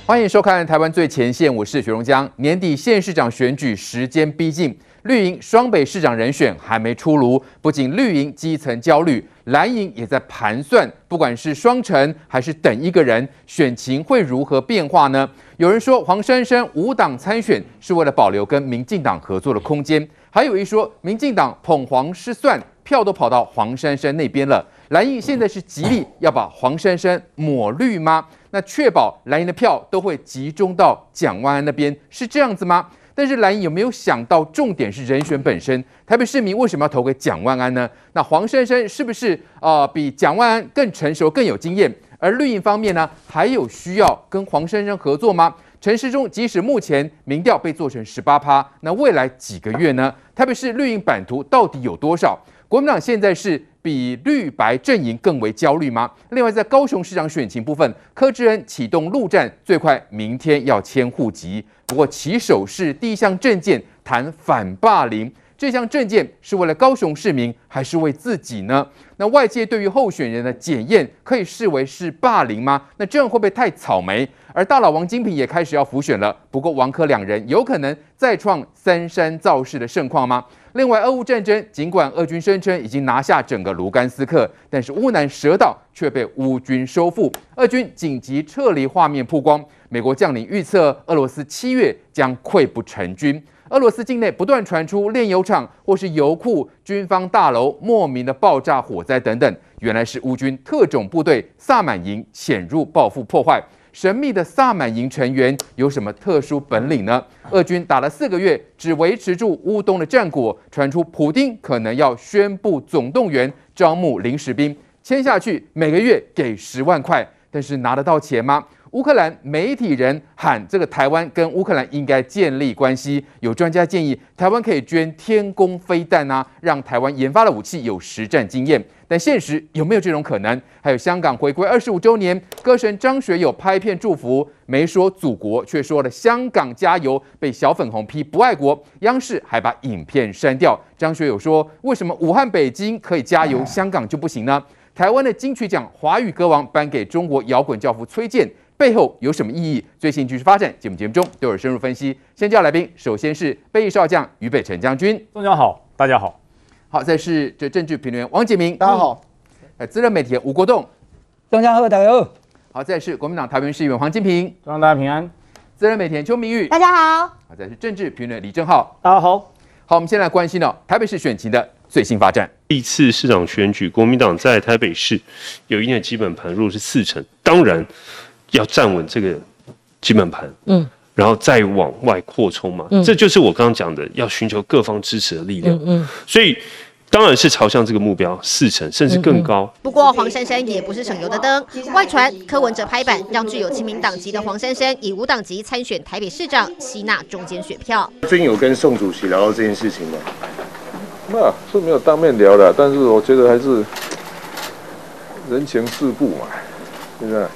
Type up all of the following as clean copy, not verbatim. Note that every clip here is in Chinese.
欢迎收看《台湾最前线》，我是许荣江。年底县市长选举时间逼近，绿营双北市长人选还没出炉，不仅绿营基层焦虑，蓝营也在盘算，不管是双城还是等一个人，选情会如何变化呢？有人说黄珊珊无党参选是为了保留跟民进党合作的空间，还有一说民进党捧黄失算，票都跑到黄珊珊那边了。蓝营现在是极力要把黄珊珊抹绿吗？那确保蓝营的票都会集中到蒋万安那边，是这样子吗？但是蓝营有没有想到重点是人选本身？台北市民为什么要投给蒋万安呢？那黄珊珊是不是比蒋万安更成熟、更有经验？而绿营方面呢，还有需要跟黄珊珊合作吗？陈时中即使目前民调被做成18%，那未来几个月呢？台北市绿营版图到底有多少？国民党现在是比绿白阵营更为焦虑吗？另外，在高雄市长选情部分，柯志恩启动陆战，最快明天要迁户籍。不过起手是第一项政见谈反霸凌，这项政见是为了高雄市民，还是为自己呢？那外界对于候选人的检验，可以视为是霸凌吗？那这样会不会太草莓？而大佬王金平也开始要浮选了，不过王柯两人有可能再创三山造势的盛况吗？另外，俄乌战争，尽管俄军声称已经拿下整个卢甘斯克，但是乌南蛇岛却被乌军收复，俄军紧急撤离画面曝光。美国将领预测，俄罗斯7月将溃不成军。俄罗斯境内不断传出炼油厂或是油库、军方大楼莫名的爆炸、火灾等等，原来是乌军特种部队萨满营潜入报复破坏。神秘的萨满营成员有什么特殊本领呢？俄军打了4个月，只维持住乌东的战果，传出普丁可能要宣布总动员，招募临时兵，签下去每个月给10万块，但是拿得到钱吗？乌克兰媒体人喊这个台湾跟乌克兰应该建立关系，有专家建议台湾可以捐天宫飞弹啊，让台湾研发的武器有实战经验。但现实有没有这种可能？还有香港回归25周年，歌神张学友拍片祝福，没说祖国，却说了香港加油，被小粉红批不爱国，央视还把影片删掉。张学友说，为什么武汉、北京可以加油，香港就不行呢？台湾的金曲奖华语歌王颁给中国摇滚教父崔健，背后有什么意义？最新局势发展，节目中都有深入分析。先叫来宾，首先是备役少将于北辰将军， 中将好，大家好。 好，再是这政治评论员王洁明， 大家好。 资深媒体人吴国栋， 中将好，大家好。 好，再是国民党桃园市议员黄金平， 中将大家平安。 资深媒体人邱明玉， 大家好。 好，再是政治评论员李正浩， 大家好。 好，我们先来关心台北市选情的最新发展。 第一次市长选举，国民党在台北市有一定的基本盘，如果是40%，当然要站稳这个基本盘，然后再往外扩充嘛，这就是我刚刚讲的，要寻求各方支持的力量，所以当然是朝向这个目标，40%甚至更高。 不过黄珊珊也不是省油的灯，外传柯文哲拍板让具有亲民党籍的黄珊珊以无党籍参选台北市长，吸纳中间选票。 最近有跟宋主席聊到这件事情吗？ 那是没有当面聊的，但是我觉得还是人情世故嘛，现在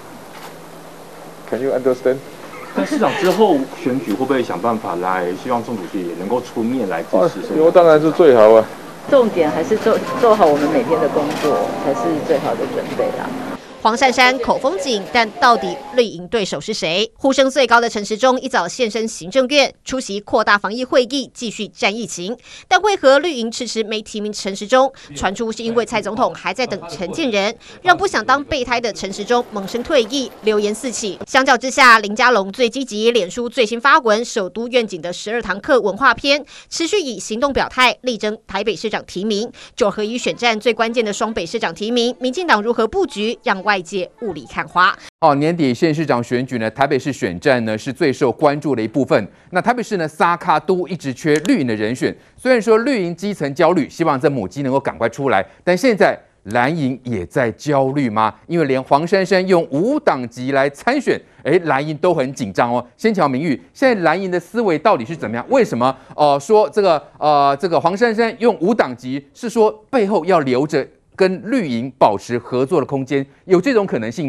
Can you understand？ 但市长之后选举会不会想办法来，希望宋主席也能够出面来支持？ 我当然是最好啊。 重点还是做好我们每天的工作，才是最好的准备啦。 黄珊珊口风紧，但到底绿营对手是谁？呼声最高的陈时中一早现身行政院，出席扩大防疫会议，继续战疫情。但为何绿营迟迟没提名陈时中？传出是因为蔡总统还在等陈建仁，让不想当备胎的陈时中萌生退役，流言四起。相较之下，林佳龙最积极，脸书最新发文首都愿景的12堂课文化篇，持续以行动表态，力争台北市长提名。9合1选战最关键的双北市长提名，民进党如何布局，让外界雾里看花。 年底县市长选举呢，台北市选战呢是最受关注的一部分。那台北市呢，撒卡都一直缺绿营的人选。虽然说绿营基层焦虑，希望这母鸡能够赶快出来，但现在蓝营也在焦虑吗？因为连黄珊珊用无党籍来参选，蓝营都很紧张哦。先瞧明玉，现在蓝营的思维到底是怎么样？为什么说这个黄珊珊用无党籍，是说背后要留着跟绿营保持合作的空间，有这种可能性吗？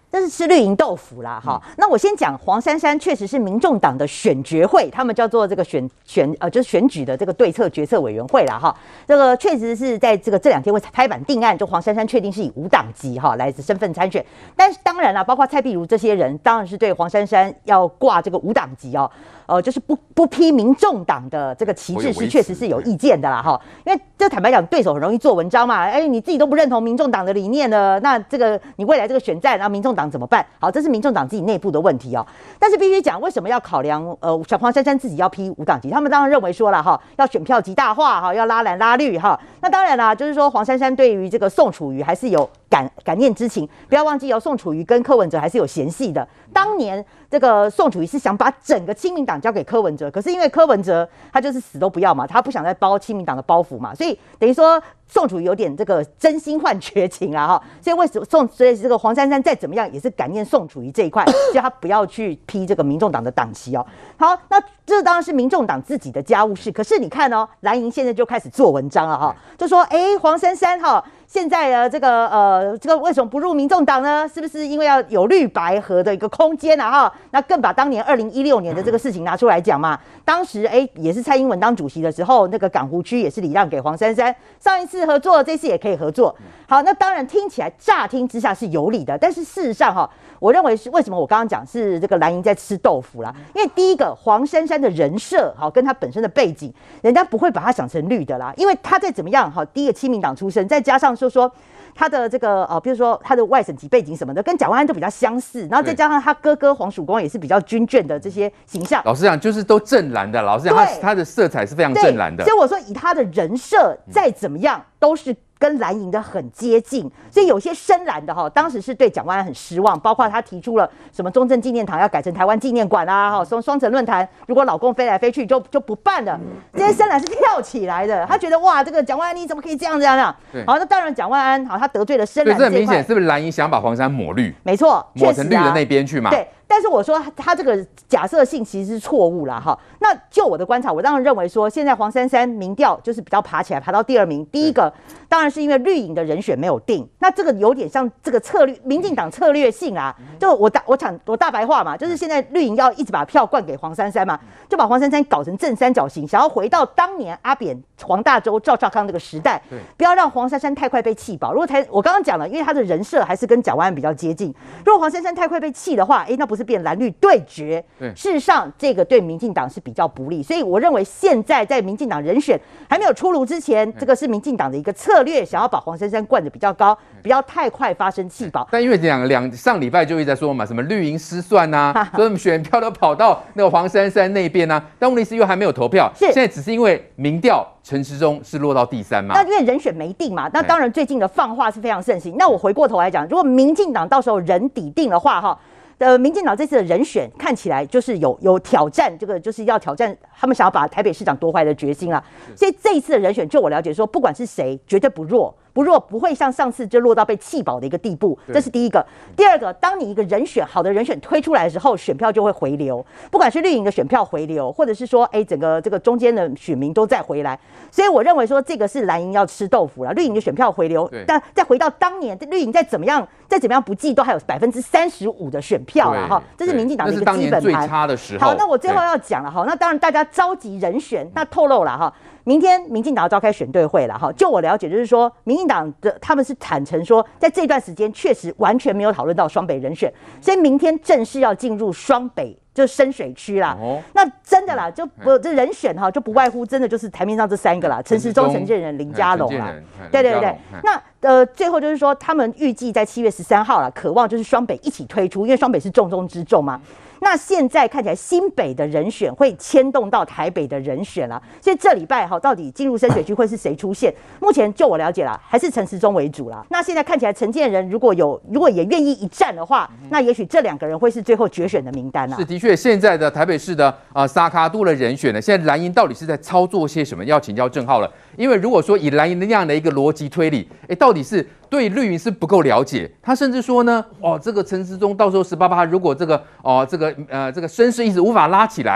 这是吃绿营豆腐啦，哈。那我先讲黄珊珊，确实是民众党的选决会，他们叫做这个就是选举的这个对策决策委员会啦，哈。这个确实是在这2天会拍板定案，就黄珊珊确定是以无党籍哈来身份参选。但是当然啦，包括蔡壁如这些人，当然是对黄珊珊要挂这个无党籍哦，就是不批民众党的这个旗帜是确实是有意见的啦，哈。因为这坦白讲，对手很容易做文章嘛，你自己都不认同民众党的理念了，那这个你未来这个选战，然后民众党怎么办？好，这是民众党自己内部的问题哦。但是必须讲，为什么要考量黄珊珊自己要批无党籍？他们当然认为说了哈，要选票极大化哈，要拉蓝拉绿哈。那当然啦，就是说黄珊珊对于这个宋楚瑜还是有感念之情。不要忘记宋楚瑜跟柯文哲还是有嫌隙的。当年这个宋楚瑜是想把整个亲民党交给柯文哲，可是因为柯文哲他就是死都不要嘛，他不想再包亲民党的包袱嘛，所以等于说宋楚瑜有点这个真心换绝情啦哈。所以这个黄珊珊再怎么样也是感念宋楚瑜这一块，所以他不要去批这个民众党的党旗哦。好，那这当然是民众党自己的家务事，可是你看蓝营现在就开始做文章了哈，就说黄珊珊现在这个为什么不入民众党呢？是不是因为要有绿白合的一个空间啊？哈，那更把当年2016年的这个事情拿出来讲嘛。当时也是蔡英文当主席的时候，那个港湖区也是礼让给黄珊珊，上一次合作，这次也可以合作。好，那当然听起来乍听之下是有理的，但是事实上我认为是为什么我刚刚讲是这个蓝营在吃豆腐啦？因为第一个黄珊珊的人设跟他本身的背景，人家不会把他想成绿的啦，因为他再怎么样第一个亲民党出身，再加上说他的这个比如说他的外省籍背景什么的，跟蒋万安都比较相似，然后再加上他哥哥黄曙光也是比较军眷的这些形象。 老实讲，就是都正蓝的，老实讲，他的色彩是非常正蓝的。 所以我说，以他的人设再怎么样，都是跟蓝营的很接近，所以有些深蓝的当时是对蒋万安很失望，包括他提出了什么中正纪念堂要改成台湾纪念馆啦，双城论坛如果老公飞来飞去就不办了，这些深蓝是跳起来的，他觉得哇，这个蒋万安你怎么可以这样？好，那当然蒋万安他得罪了深蓝这一块， 所以这很明显是不是蓝营想把黄珊抹绿？ 没错， 抹成绿的那边去嘛？ 对。但是我说他这个假设性其实是错误啦哈。那就我的观察，我当然认为说，现在黄珊珊民调就是比较爬起来，爬到第2名。第一个当然是因为绿营的人选没有定，那这个有点像这个策略，民进党策略性啊。就我大白话嘛，就是现在绿营要一直把票灌给黄珊珊嘛，就把黄珊珊搞成正三角形，想要回到当年阿扁、黄大洲、赵少康这个时代，不要让黄珊珊太快被气饱。如果我刚刚讲了，因为他的人设还是跟蒋万安比较接近，如果黄珊珊太快被气的话，那不是变蓝绿对决？事实上这个对民进党是比较不利，所以我认为现在在民进党人选还没有出炉之前，这个是民进党的一个策略，想要把黄珊珊灌得比较高，不要太快发生气饱。 但因为上礼拜就一直在说嘛，什么绿营失算啊，所以选票都跑到那个黄珊珊那边啊，但问题是又还没有投票，现在只是因为民调陈时中是落到第3嘛， 那因为人选没定嘛，那当然最近的放话是非常盛行。那我回过头来讲，如果民进党到时候人底定的话民进党这次的人选看起来就是有挑战，这个就是要挑战他们想要把台北市长夺回来的决心啦。所以这一次的人选，就我了解说，不管是谁，绝对不弱，不会像上次就落到被气饱的一个地步，这是第一个。第二个，当你一个好的人选推出来的时候，选票就会回流，不管是绿营的选票回流，或者是说整个这个中间的选民都再回来。所以我认为说这个是蓝营要吃豆腐了，绿营的选票回流，但再回到当年绿营再怎么样不济，都还有35%的选票了哈，这是民进党的一个基本盘。 最差的时候。 好，那我最后要讲了哈，那当然大家召集人选，那透露了哈，明天民进党要召开选对会了哈。就我了解，就是说民进党的他们是坦诚说，在这段时间确实完全没有讨论到双北人选，所以明天正式要进入双北。就是深水区啦，那真的啦，这人选就不外乎真的就是台面上这3个啦，陈时中、陈建仁、林佳龙啦，对。那最后就是说，他们预计在7月13号啦，渴望就是双北一起推出，因为双北是重中之重嘛。那现在看起来新北的人选会牵动到台北的人选啦，所以这礼拜到底进入深水区会是谁出现？目前就我了解啦，还是陈时中为主啦。那现在看起来陈建仁如果也愿意一战的话，那也许这2个人会是最后决选的名单啦。 是的确，现在的台北市的沙卡都的人选呢，现在蓝营到底是在操作些什么？要请教正皓了，因为如果说以蓝营的那样的一个逻辑推理，到底是对绿营是不够了解，他甚至说呢，这个陈时中到时候18趴，如果这个声势一直无法拉起来，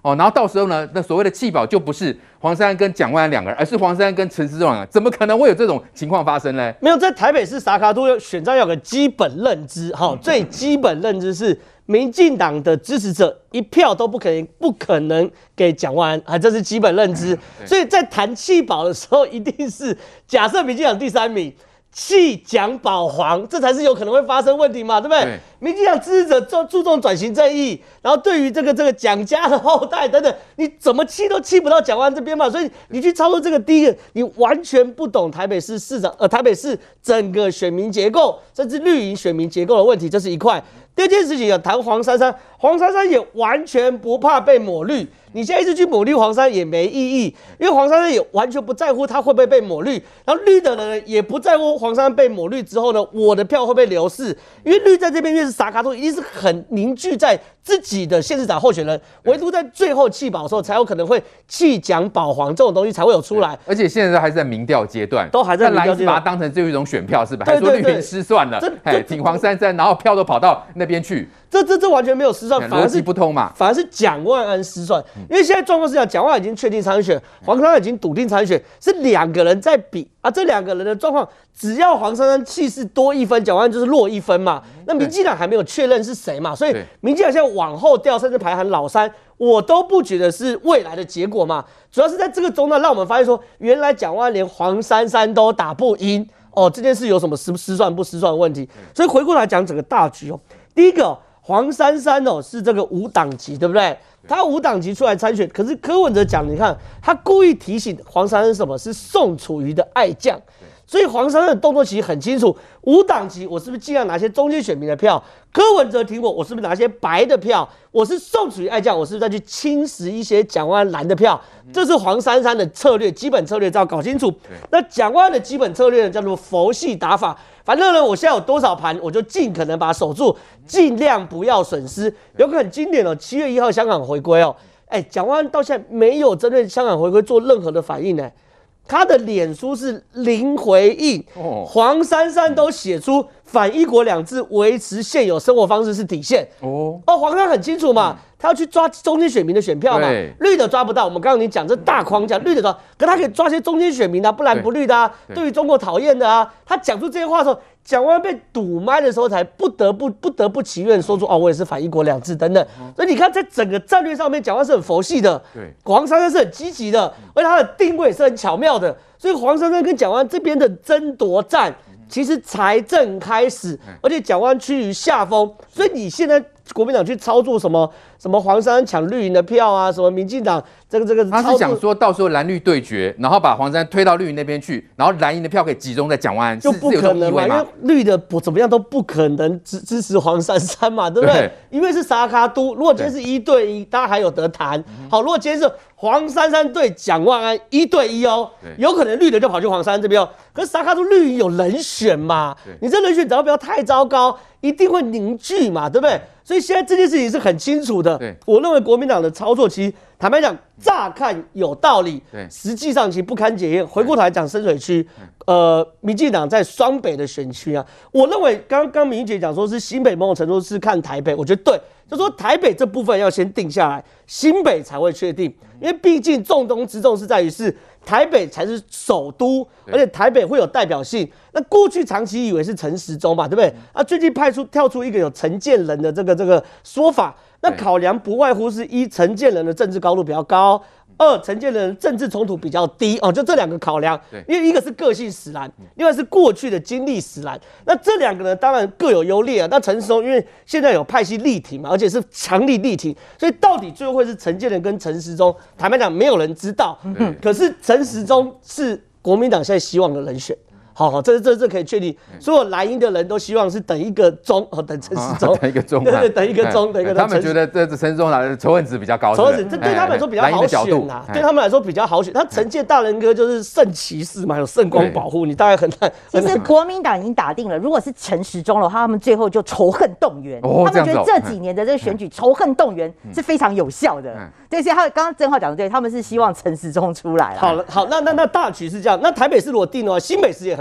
哦，然后到时候呢，那所谓的弃保就不是黄珊珊跟蒋万安两个人，而是黄珊珊跟陈时中两个人，怎么可能会有这种情况发生呢？ 没有，在台北市萨卡都选战有个基本认知，最基本认知是民进党的支持者一票都不可能给蒋万安，这是基本认知。所以在谈弃保的时候，一定是假设民进党第3名。弃蒋保黄，这才是有可能会发生问题嘛，对不对？对，民进党支持者注重转型正义，然后对于这个蒋家的后代等等，你怎么弃都弃不到蒋万安这边嘛，所以你去操作这个，第一个你完全不懂台北市台北市整个选民结构，甚至绿营选民结构的问题，这是一块。第二件事情谈黄珊珊，黄珊珊也完全不怕被抹绿。你现在一直去抹绿黄珊也没意义，因为黄珊珊也完全不在乎他会不会被抹绿，然后绿的人也不在乎黄珊珊被抹绿之后呢，我的票会不会流失？因为绿在这边越是萨卡都一定是很凝聚在自己的县市长候选人，唯独在最后弃保的时候才有可能会弃蒋保黄这种东西才会有出来。 而且现在还是在民调阶段， 都还在民调阶段， 把它当成最后一种选票是吧？还说绿营失算了，挺黄珊珊，然后票都跑到那边去。这完全没有失算， 逻辑不通嘛， 反而是蒋万安失算。因为现在状况是这样，蒋万安已经确定参选，黄珊珊已经笃定参选，是2个人在比啊。这2个人的状况，只要黄珊珊气势多1分，蒋万安就是弱1分嘛。那民进党还没有确认是谁嘛，所以民进党现在往后调，甚至排行老3，我都不觉得是未来的结果嘛。主要是在这个中呢，让我们发现说，原来蒋万安连黄珊珊都打不赢哦，这件事有什么失算不失算的问题？所以回过来讲整个大局哦，第一个。黄珊珊是这个无党籍，对不对？他无党籍出来参选，可是柯文哲讲，你看他故意提醒黄珊珊什么？是宋楚瑜的爱将，所以黄珊珊的动作其实很清楚，无党籍我是不是尽量拿些中间选民的票？柯文哲挺我是不是拿些白的票？我是宋楚瑜爱将，我是不是再去侵蚀一些蒋万安蓝的票？这是黄珊珊的策略，基本策略要搞清楚。那蒋万安的基本策略呢，叫做佛系打法。反正呢，我现在有多少盘，我就尽可能把它守住，尽量不要损失。有个很经典哦，7月1号香港回归哦，蒋万安到现在没有针对香港回归做任何的反应呢。他的脸书是零回应，黄珊珊都写出反1国2制，维持现有生活方式是底线。黄珊珊很清楚嘛，他要去抓中间选民的选票嘛，绿的抓不到。我们刚刚你讲这大框架，绿的抓，可他可以抓些中间选民啊，不蓝不绿的啊，对于中国讨厌的啊。他讲出这些话的时候，蒋万安被堵麦的时候，才不得不其愿说出我也是反1国2制等等。所以你看，在整个战略上面，蒋万安是很佛系的，黄珊珊是很积极的，而且他的定位是很巧妙的。所以黄珊珊跟蒋万安这边的争夺战，其实才正开始，而且蒋万安趋于下风。所以你现在国民党去操作什么黄珊珊抢绿营的票啊，什么民进党这个， 他是想说到时候蓝绿对决，然后把黄珊珊推到绿营那边去，然后蓝营的票可以集中在蒋万安， 就不可能嘛，因为绿的怎么样都不可能支持黄珊珊嘛，对不对？因为是萨卡都，如果今天是1对1，大家还有得谈。好，如果今天是黄珊珊对蒋万安1对1哦，有可能绿的就跑去黄珊珊这边哦。可是萨卡都绿营有人选嘛，你这人选只要不要太糟糕，一定会凝聚嘛，对不对？所以现在这件事情是很清楚的。我认为国民党的操作其实坦白讲，乍看有道理，实际上其实不堪检验。回过头来讲深水区，民进党在双北的选区啊，我认为刚刚明姐讲说是新北某种程度是看台北，我觉得对，就说台北这部分要先定下来，新北才会确定，因为毕竟重中之重是在于是台北才是首都，而且台北会有代表性。那过去长期以为是陈时中嘛，对不对？最近跳出一个有陈建仁的这个说法，那考量不外乎是1陈建仁的政治高度比较高，2陈建仁政治冲突比较低哦，就这2个考量。因为一个是个性使然，另外是过去的经历使然。那这2个呢，当然各有优劣啊。那陈时中因为现在有派系力挺嘛，而且是强力力挺，所以到底最后会是陈建仁跟陈时中，坦白讲没有人知道。可是陈时中是国民党现在希望的人选。好，这可以确定，所有蓝营的人都希望是等1个钟，等陈时中， 等1个钟， 对，等1个钟， 他们觉得这陈时中的仇恨值比较高， 仇恨值这对他们来说比较好选呐，对他们来说比较好选。他陈建大人哥就是圣骑士嘛，有圣光保护，你大概很难。 其实国民党已经打定了，如果是陈时中的话，他们最后就仇恨动员，他们觉得这几年的这个选举仇恨动员是非常有效的。对，所以他刚刚正皓讲的对，他们是希望陈时中出来了。 好，那大局是这样。那台北市如果定的话，新北市也很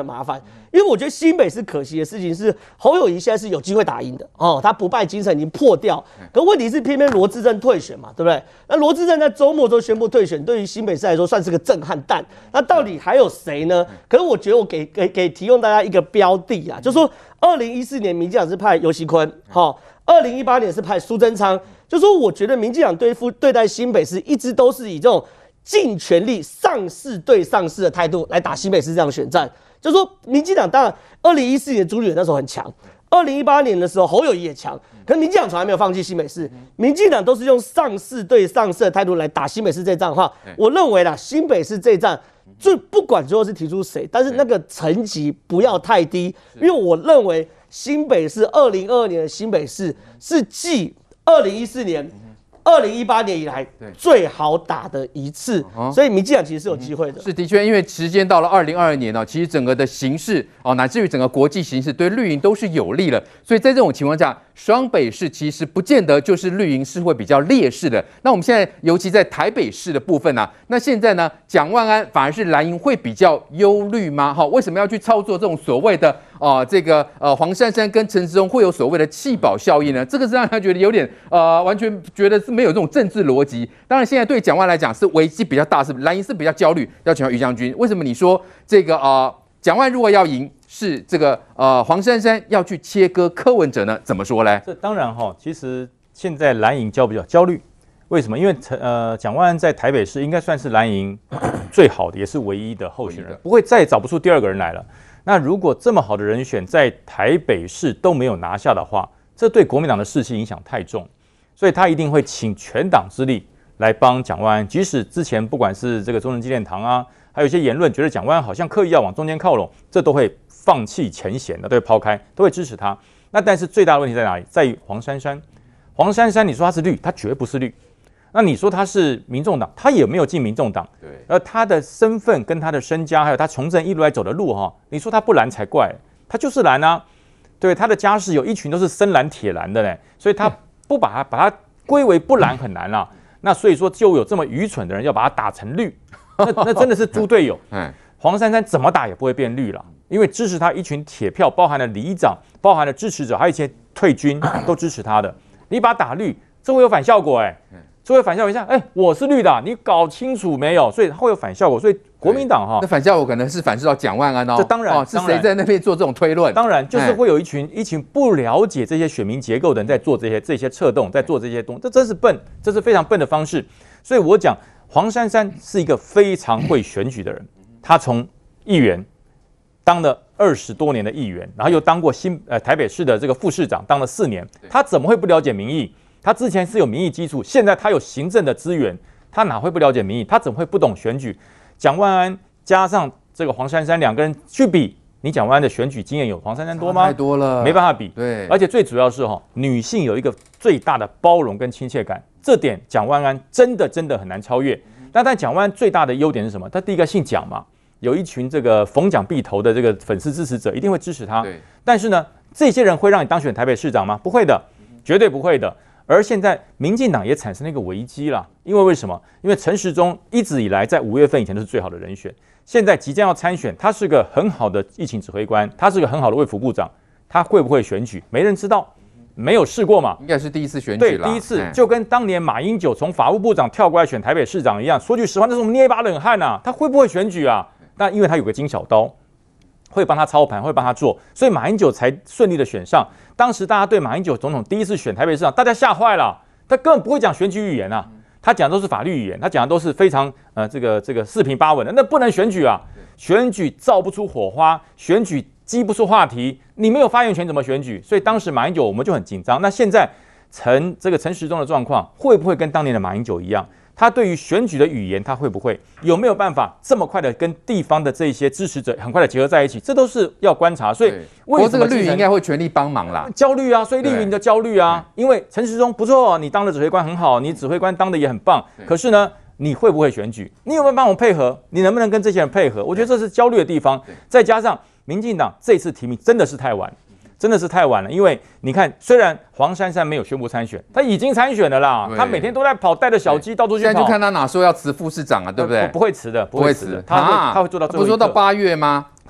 麻烦。因为我觉得新北市可惜的事情是，侯友宜现在是有机会打赢的哦，他不败精神已经破掉。可问题是偏偏罗致政退选嘛，对不对？那罗致政在周末都宣布退选，对于新北市来说算是个震撼弹。那到底还有谁呢？可是我觉得我给提供大家一个标的啊，就是说2014年民进党是派游锡堃，好，2018年是派苏贞昌，就说我觉得民进党对待新北市一直都是以这种尽全力上市对上市的态度来打新北市这样的选战。就说民进党当然2014年朱立伦那时候很强，2018年的时候侯友宜也强，可是民进党从来没有放弃新北市，民进党都是用上市对上市的态度来打新北市这仗的话，我认为啦，新北市这仗就不管最后是提出谁，但是那个层级不要太低，因为我认为新北市2022年的新北市是继2014年。2018年以来最好打的一次，所以民进党其实是有机会的。 是的确，因为时间到了2022年呢，其实整个的形势乃至于整个国际形势对绿营都是有利了，所以在这种情况下，双北市其实不见得就是绿营是会比较劣势的。那我们现在尤其在台北市的部分呢，那现在呢，蒋万安反而是蓝营会比较忧虑吗？为什么要去操作这种所谓的黄珊珊跟陈时中会有所谓的弃保效应呢？这个是让他觉得有点完全觉得是没有这种政治逻辑。当然，现在对蒋万来讲是危机比较大，是蓝营是比较焦虑。要请教于将军，为什么你说这个蒋万如果要赢，是这个黄珊珊要去切割柯文哲呢？怎么说呢？ 这当然其实现在蓝营比较焦虑，为什么？因为蒋万安在台北市应该算是蓝营最好的，也是唯一的候选人，不会再找不出第二个人来了。那如果这么好的人选在台北市都没有拿下的话，这对国民党的士气影响太重，所以他一定会倾全党之力来帮蒋万安。即使之前不管是这个中正纪念堂啊，还有一些言论觉得蒋万安好像刻意要往中间靠拢，这都会放弃前嫌的，都会抛开，都会支持他。那但是最大的问题在哪里？在于黄珊珊。黄珊珊，你说他是绿，他绝不是绿。那你说他是民众党，他也没有进民众党，对，而他的身份跟他的身家，还有他从政一路来走的路你说他不蓝才怪，他就是蓝啊，对，他的家世有一群都是深蓝铁蓝的嘞，所以他不把他归为不蓝很难啦。那所以说就有这么愚蠢的人要把他打成绿，那真的是猪队友。黄珊珊怎么打也不会变绿了，因为支持他一群铁票，包含了里长，包含了支持者，还有一些退军都支持他的，你把他打绿，这会有反效果这会反效果一下，我是绿的，你搞清楚没有？所以它会有反效果。所以国民党那反效果可能是反噬到蒋万安这当然是谁在那边做这种推论？ 当然就是会有一群不了解这些选民结构的人在做这些策动，在做这些东西，这真是笨，这是非常笨的方式。所以我讲黄珊珊是一个非常会选举的人，他从议员当了20多年的议员，然后又当过台北市的这个副市长，当了4年，他怎么会不了解民意？他之前是有民意基础，现在他有行政的资源，他哪会不了解民意？他怎么会不懂选举？蒋万安加上这个黄珊珊两个人去比，你蒋万安的选举经验有黄珊珊多吗？ 太多了， 没办法比。 对， 而且最主要是女性有一个最大的包容跟亲切感，这点蒋万安真的很难超越。但蒋万安最大的优点是什么？他第一个姓蒋嘛，有一群这个逢蒋必投的这个粉丝支持者一定会支持他。但是呢，这些人会让你当选台北市长吗？不会的，绝对不会的。而现在民进党也产生了一个危机啦，因为什么？因为陈时中一直以来在5月份以前都是最好的人选，现在即将要参选，他是个很好的疫情指挥官，他是个很好的卫福部长，他会不会选举？没人知道，没有试过嘛， 应该是第一次选举啦。对，第一次，就跟当年马英九从法务部长跳过来选台北市长一样。说句实话，那是我们捏一把冷汗啊，他会不会选举啊？但因为他有个金小刀，会帮他操盘，会帮他做，所以马英九才顺利的选上。当时大家对马英九总统第一次选台北市长，大家吓坏了，他根本不会讲选举语言啊，他讲的都是法律语言，他讲的都是非常这个四平八稳的，那不能选举啊，选举造不出火花，选举激不出话题，你没有发言权怎么选举？所以当时马英九我们就很紧张。那现在陈时中的状况会不会跟当年的马英九一样？他对于选举的语言，他会不会有没有办法这么快的跟地方的这些支持者很快的结合在一起？这都是要观察。所以为什么这个绿营应该会全力帮忙啦？ 焦虑啊，所以绿营的焦虑啊，因为陈时中不错，你当的指挥官很好，你指挥官当的也很棒，可是呢，你会不会选举？你有没有帮我配合？你能不能跟这些人配合？我觉得这是焦虑的地方。再加上民进党这次提名真的是太晚。真的是太晚了，因为你看，虽然黄珊珊没有宣布参选，他已经参选了啦，他每天都在跑，带着小鸡到处去跑。 现在就看他哪说要辞副市长啊，对不对？ 不会辞的，不会辞的，他会做到最后一刻。 不是说到8月吗？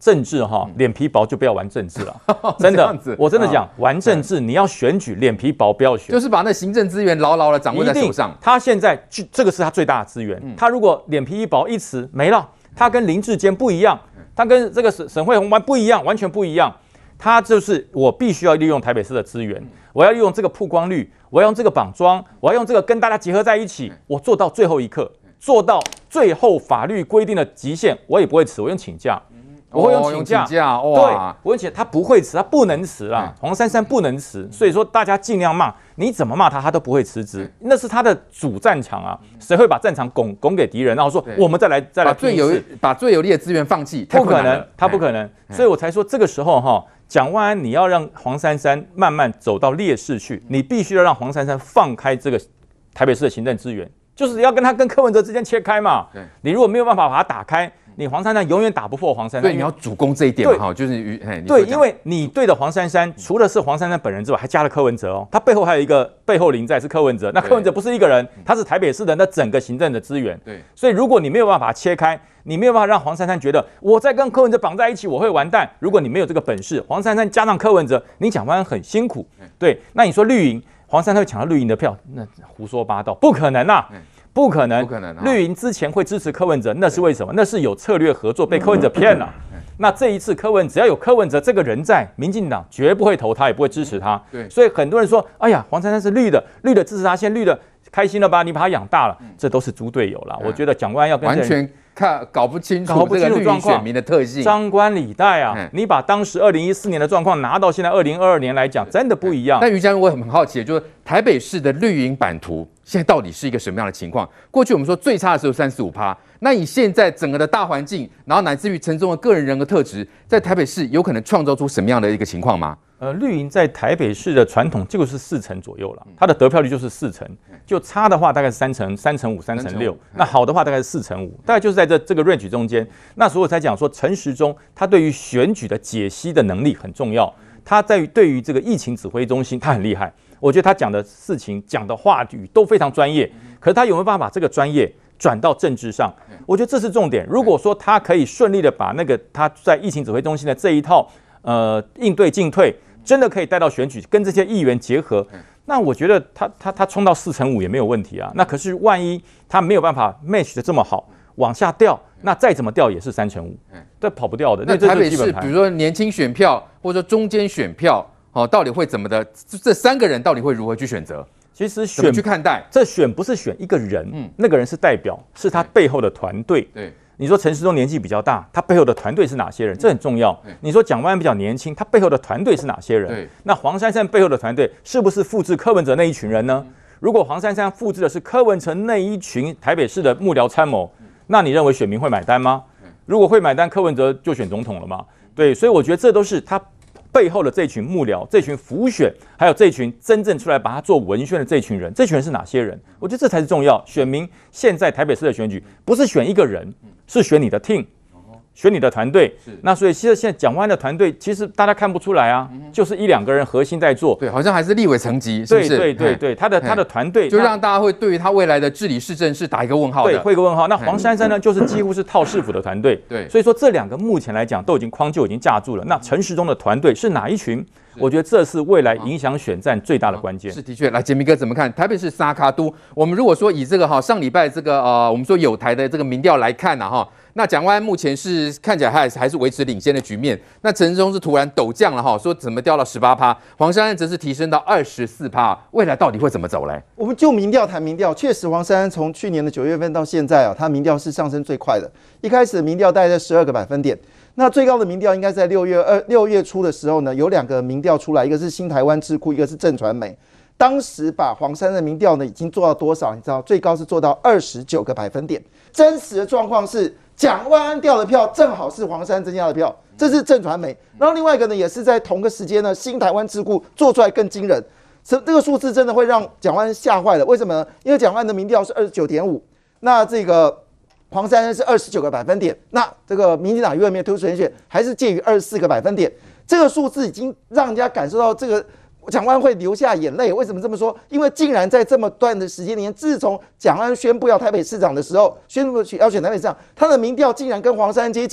政治脸皮薄就不要玩政治了，真的，我真的讲玩政治，你要选举脸皮薄不要选， 就是把那行政资源牢牢的掌握在手上。 他现在这个是他最大的资源，他如果脸皮一薄一辞没了，他跟林智坚不一样，他跟这个沈惠宏不一样，完全不一样。他就是我必须要利用台北市的资源，我要利用这个曝光率，我要用这个绑桩，我要用这个跟大家结合在一起，我做到最后一刻，做到最后法律规定的极限，我也不会辞，我用请假。我会用请假，对，而且他不会辞，他不能辞啦。黄珊珊不能辞，所以说大家尽量骂，你怎么骂他，他都不会辞职，那是他的主战场啊。谁会把战场拱给敌人，然后说我们再来把最有利的资源放弃？ 不可能，他不可能。所以我才说这个时候蒋万安你要让黄珊珊慢慢走到劣势去，你必须要让黄珊珊放开这个台北市的行政资源，就是要跟他跟柯文哲之间切开嘛。你如果没有办法把它打开，你黄珊珊永远打不破黄珊珊。 对，你要主攻这一点嘛，就是对，因为你对的黄珊珊，除了是黄珊珊本人之外，还加了柯文哲哦，他背后还有一个背后灵在是柯文哲。那柯文哲不是一个人，他是台北市的那整个行政的资源。 对， 所以如果你没有办法把它切开，你没有办法让黄珊珊觉得我在跟柯文哲绑在一起，我会完蛋。如果你没有这个本事，黄珊珊加上柯文哲，你蒋万安很辛苦。对，那你说绿营，黄珊珊会抢到绿营的票，那胡说八道，不可能啊！不可能，绿营之前会支持柯文哲，那是为什么？那是有策略合作，被柯文哲骗了。那这一次只要有柯文哲这个人在，民进党绝不会投他，也不会支持他。对，所以很多人说，哎呀，黄珊珊是绿的支持他，现在绿的绿心了吧？你把他养大了，这都是猪队友啦。我觉得蒋万安要跟完全搞不清楚这个绿营选民的特性， 张冠李戴啊！你把当时2014年的状况拿到现在2022年来讲，真的不一样。 但于将军，我很好奇，就是台北市的绿营版图现在到底是一个什么样的情况？过去我们说最差的时候3-5%，那以现在整个的大环境，然后乃至于陈忠的个人人格特质，在台北市有可能创造出什么样的一个情况吗？ 绿营在台北市的传统就是4成左右了，它的得票率就是4成，就差的话大概是3成5、3成6，那好的话大概是4成5，大概就是在这个 range 中间。那所以我才讲说，陈时中他对于选举的解析的能力很重要，他对于这个疫情指挥中心他很厉害，我觉得他讲的事情讲的话语都非常专业，可是他有没有办法把这个专业转到政治上？我觉得这是重点。如果说他可以顺利的把那个他在疫情指挥中心的这一套应对进退，真的可以带到选举，跟这些议员结合，那我觉得他冲到4成5也没有问题啊。那可是万一他没有办法 match 的这么好，往下掉，那再怎么掉也是3成5，这跑不掉的。 那台北市比如说年轻选票或者说中间选票，到底会怎么的？这3个人到底会如何去选择？ 其实怎么去看待？ 这选不是选一个人，那个人是代表，是他背后的团队。对。你说陈时中年纪比较大，他背后的团队是哪些人？这很重要。你说蒋万安比较年轻，他背后的团队是哪些人？那黄珊珊背后的团队是不是复制柯文哲那一群人呢？如果黄珊珊复制的是柯文哲那一群台北市的幕僚参谋，那你认为选民会买单吗？如果会买单，柯文哲就选总统了吗？对，所以我觉得这都是他背后的这群幕僚、这群辅选，还有这群真正出来把他做文宣的这群人，这群人是哪些人？我觉得这才是重要。选民现在台北市的选举不是选一个人，是选你的 team， 选你的团队。那所以现在蒋万安的团队其实大家看不出来啊，就是1-2个人核心在做。 对，好像还是立委层级，是不是？ 对，他的团队就让大家会对于他未来的治理市政是打一个问号的。 对，会一个问号。那黄珊珊呢，就是几乎是套市府的团队。对，所以说这2个目前来讲都已经框就已经架住了。那陈时中的团队是哪一群？我觉得这是未来影响选战最大的关键。 是的确，来杰明哥怎么看？台北市沙卡都，我们如果说以这个上礼拜这个我们说有台的这个民调来看呢那蒋万安目前是看起来还是维持领先的局面。那陈时中是突然陡降了说怎么掉到18%，黄珊珊则是提升到24%，未来到底会怎么走嘞？ 我们就民调谈民调，确实黄珊珊从去年的9月份到现在他民调是上升最快的。一开始的民调大概在12个百分点。那最高的民调应该在6月初的时候呢，有2个民调出来，一个是新台湾智库，一个是震传媒。当时把黄珊珊的民调呢已经做到多少？你知道最高是做到29个百分点。真实的状况是蒋万安掉的票正好是黄珊珊增加的票，这是震传媒。然后另外一个呢也是在同个时间呢，新台湾智库做出来更惊人。这个数字真的会让蒋万安吓坏了。为什么呢？因为蒋万安的民调是29.5，那这个黄珊珊是29个百分点，那这个民进党原本突出人选还是介于24个百分点，这个数字已经让人家感受到这个蒋万安会流下眼泪。为什么这么说？因为竟然在这么短的时间里面，自从蒋万安宣布要台北市长的时候，宣布要选台北市长，他的民调竟然跟黄珊珊接近。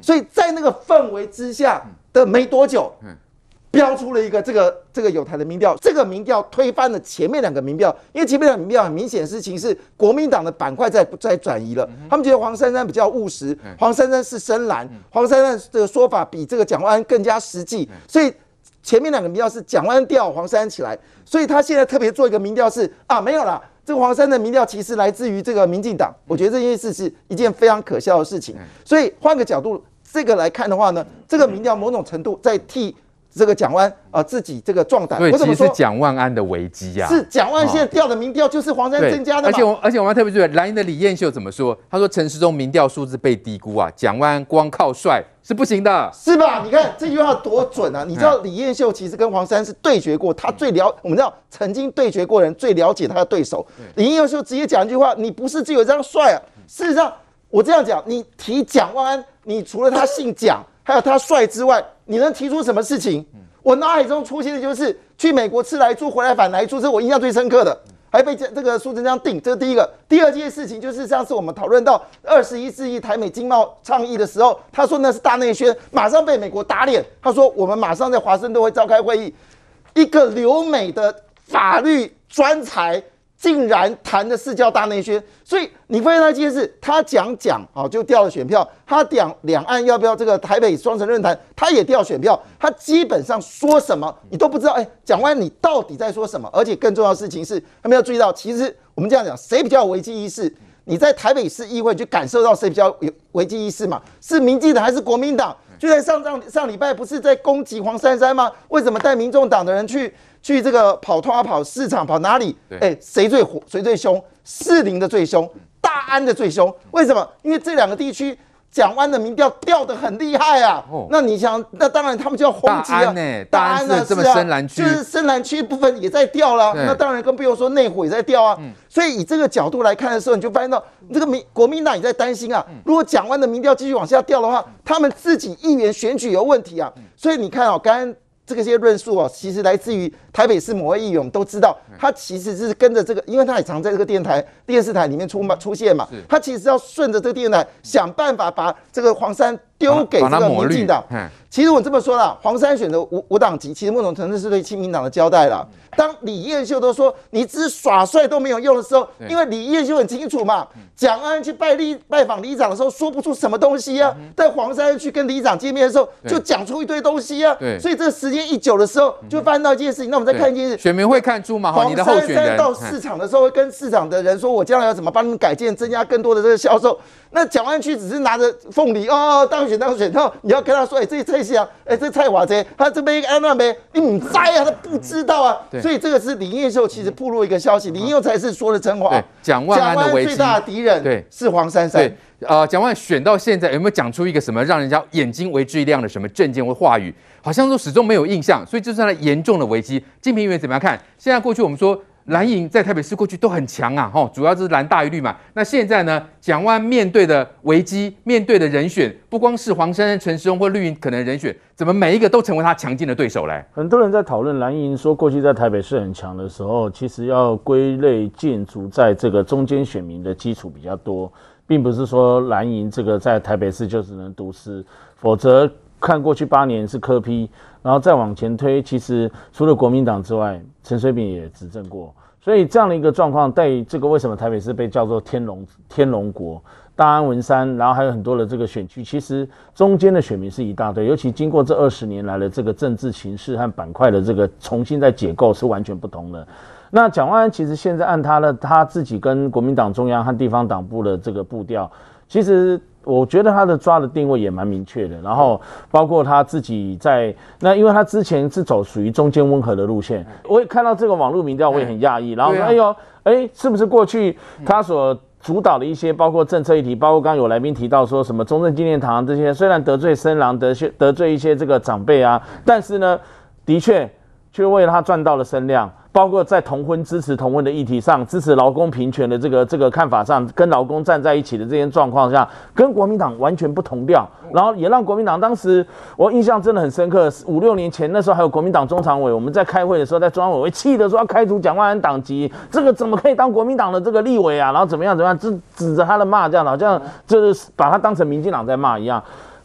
所以在那个氛围之下的没多久，标出了一个这个有台的民调，这个民调推翻了前面2个民调，因为前面2个民调很明显的事情是国民党的板块在转移了，他们觉得黄珊珊比较务实，黄珊珊是深蓝，黄珊珊的说法比这个蒋万安更加实际，所以前面2个民调是蒋万安调黄珊珊起来，所以他现在特别做一个民调是没有啦，这个黄珊的民调其实来自于这个民进党，我觉得这件事是一件非常可笑的事情，所以换个角度这个来看的话呢，这个民调某种程度在替这个蒋万自己这个壮胆， 对，其实是蒋万安的危机啊， 是蒋万安现在调的民调就是黄珊增加的嘛， 而且我们特别注意蓝营的李彦秀怎么说？他说陈时中民调数字被低估啊，蒋万安光靠帅是不行的， 是吧？你看这句话多准啊！你知道李彦秀其实跟黄珊是对决过，他我们知道曾经对决过的人最了解他的对手。李彦秀直接讲一句话：你不是只有这样帅啊！事实上，我这样讲，你提蒋万安，你除了他姓蒋，还有他帅之外，你能提出什么事情？我脑海中出现的就是去美国吃来猪回来反来猪，这是我印象最深刻的，还被这个苏贞昌定，这是第一个。第二件事情就是上次我们讨论到21世纪台美经贸倡议的时候，他说那是大内宣，马上被美国打脸。他说我们马上在华盛顿会召开会议，一个留美的法律专才竟然谈的是叫大内宣，所以你发现那件事，他讲就掉了选票，他讲两岸要不要这个台北双城论坛，他也掉选票，他基本上说什么你都不知道，蒋万安你到底在说什么？而且更重要的事情是，他们要注意到，其实我们这样讲，谁比较有危机意识？你在台北市议会去感受到谁比较有危机意识嘛？是民进党还是国民党？就在上礼拜不是在攻击黄珊珊吗？为什么带民众党的人去这个跑通啊、跑市场、跑哪里？谁最火？谁最凶？士林的最凶，大安的最凶。为什么？因为这两个地区蒋万的民调掉得很厉害啊。那你想，那当然他们就要轰击啊。 大安是这么深蓝区， 就是深蓝区部分也在掉了。那当然更不用说内湖也在掉啊。所以以这个角度来看的时候，你就发现到这个国民党也在担心啊。如果蒋万的民调继续往下掉的话，他们自己议员选举有问题啊。所以你看刚刚这些论述其实来自于台北市某位议员，我们都知道，他其实是跟着这个，因为他也常在这个电视台里面出现嘛，他其实要顺着这个电视台想办法把这个黄珊丢给这个民进党。其实我这么说啦，黄珊选择无党籍，其实某种程度是对亲民党的交代啦。当李彦秀都说你只耍帅都没有用的时候，因为李彦秀很清楚嘛，蒋万安去拜访里长的时候说不出什么东西啊，在黄珊去跟里长见面的时候就讲出一堆东西啊，所以这个时间一久的时候就发现到一件事情。那我们再看一件事， 选民会看出嘛，你的候选人到市场的时候会跟市场的人说，我将来要怎么帮你们改建，增加更多的这个销售。那蒋万安区只是拿着凤梨当选，然后你要跟他说，这菜香，这菜华这，他这边安那边，你唔知啊，他不知道啊。所以这个是李彦秀其实暴露一个消息，李彦秀才是说的真话。 蒋万安的危机最大的敌人是黄珊珊。 蒋万安选到现在有没有讲出一个什么让人家眼睛为之一亮的什么政见或话语？好像都始终没有印象，所以这是他的严重的危机。敬平议员怎么样看？现在过去我们说蓝营在台北市过去都很强啊，主要就是蓝大于绿嘛。那现在呢，蒋万安面对的危机，面对的人选，不光是黄珊珊、陈时中或绿营可能人选，怎么每一个都成为他强劲的对手嘞？ 很多人在讨论蓝营说过去在台北市很强的时候，其实要归类建筑在这个中间选民的基础比较多，并不是说蓝营这个在台北市就只能独师，否则看过去8年是柯 P， 然后再往前推，其实除了国民党之外，陈水扁也执政过，所以这样的一个状况，在这个为什么台北市被叫做天龙国，大安文山，然后还有很多的这个选区，其实中间的选民是一大堆，尤其经过这20年来的这个政治情势和板块的这个重新再解构是完全不同的。那蒋万安其实现在按他自己跟国民党中央和地方党部的这个步调，其实我觉得他的抓的定位也蛮明确的，然后包括他自己在那，因为他之前是走属于中间温和的路线，我也看到这个网络民调，我也很讶异，然后说是不是过去他所主导的一些包括政策议题，包括刚刚有来宾提到说什么中正纪念堂这些，虽然得罪深蓝，得罪一些这个长辈啊，但是呢，的确却为了他赚到了声量。包括在支持同婚的议题上，支持劳工平权的这个看法上，跟劳工站在一起的这些状况下，跟国民党完全不同调，然后也让国民党当时我印象真的很深刻，5-6年前那时候还有国民党中常委，我们在开会的时候，在中央委员会气的说要开除蒋万安党籍，这个怎么可以当国民党的这个立委啊？然后怎么样，指着他的骂，这样好像就是把他当成民进党在骂一样。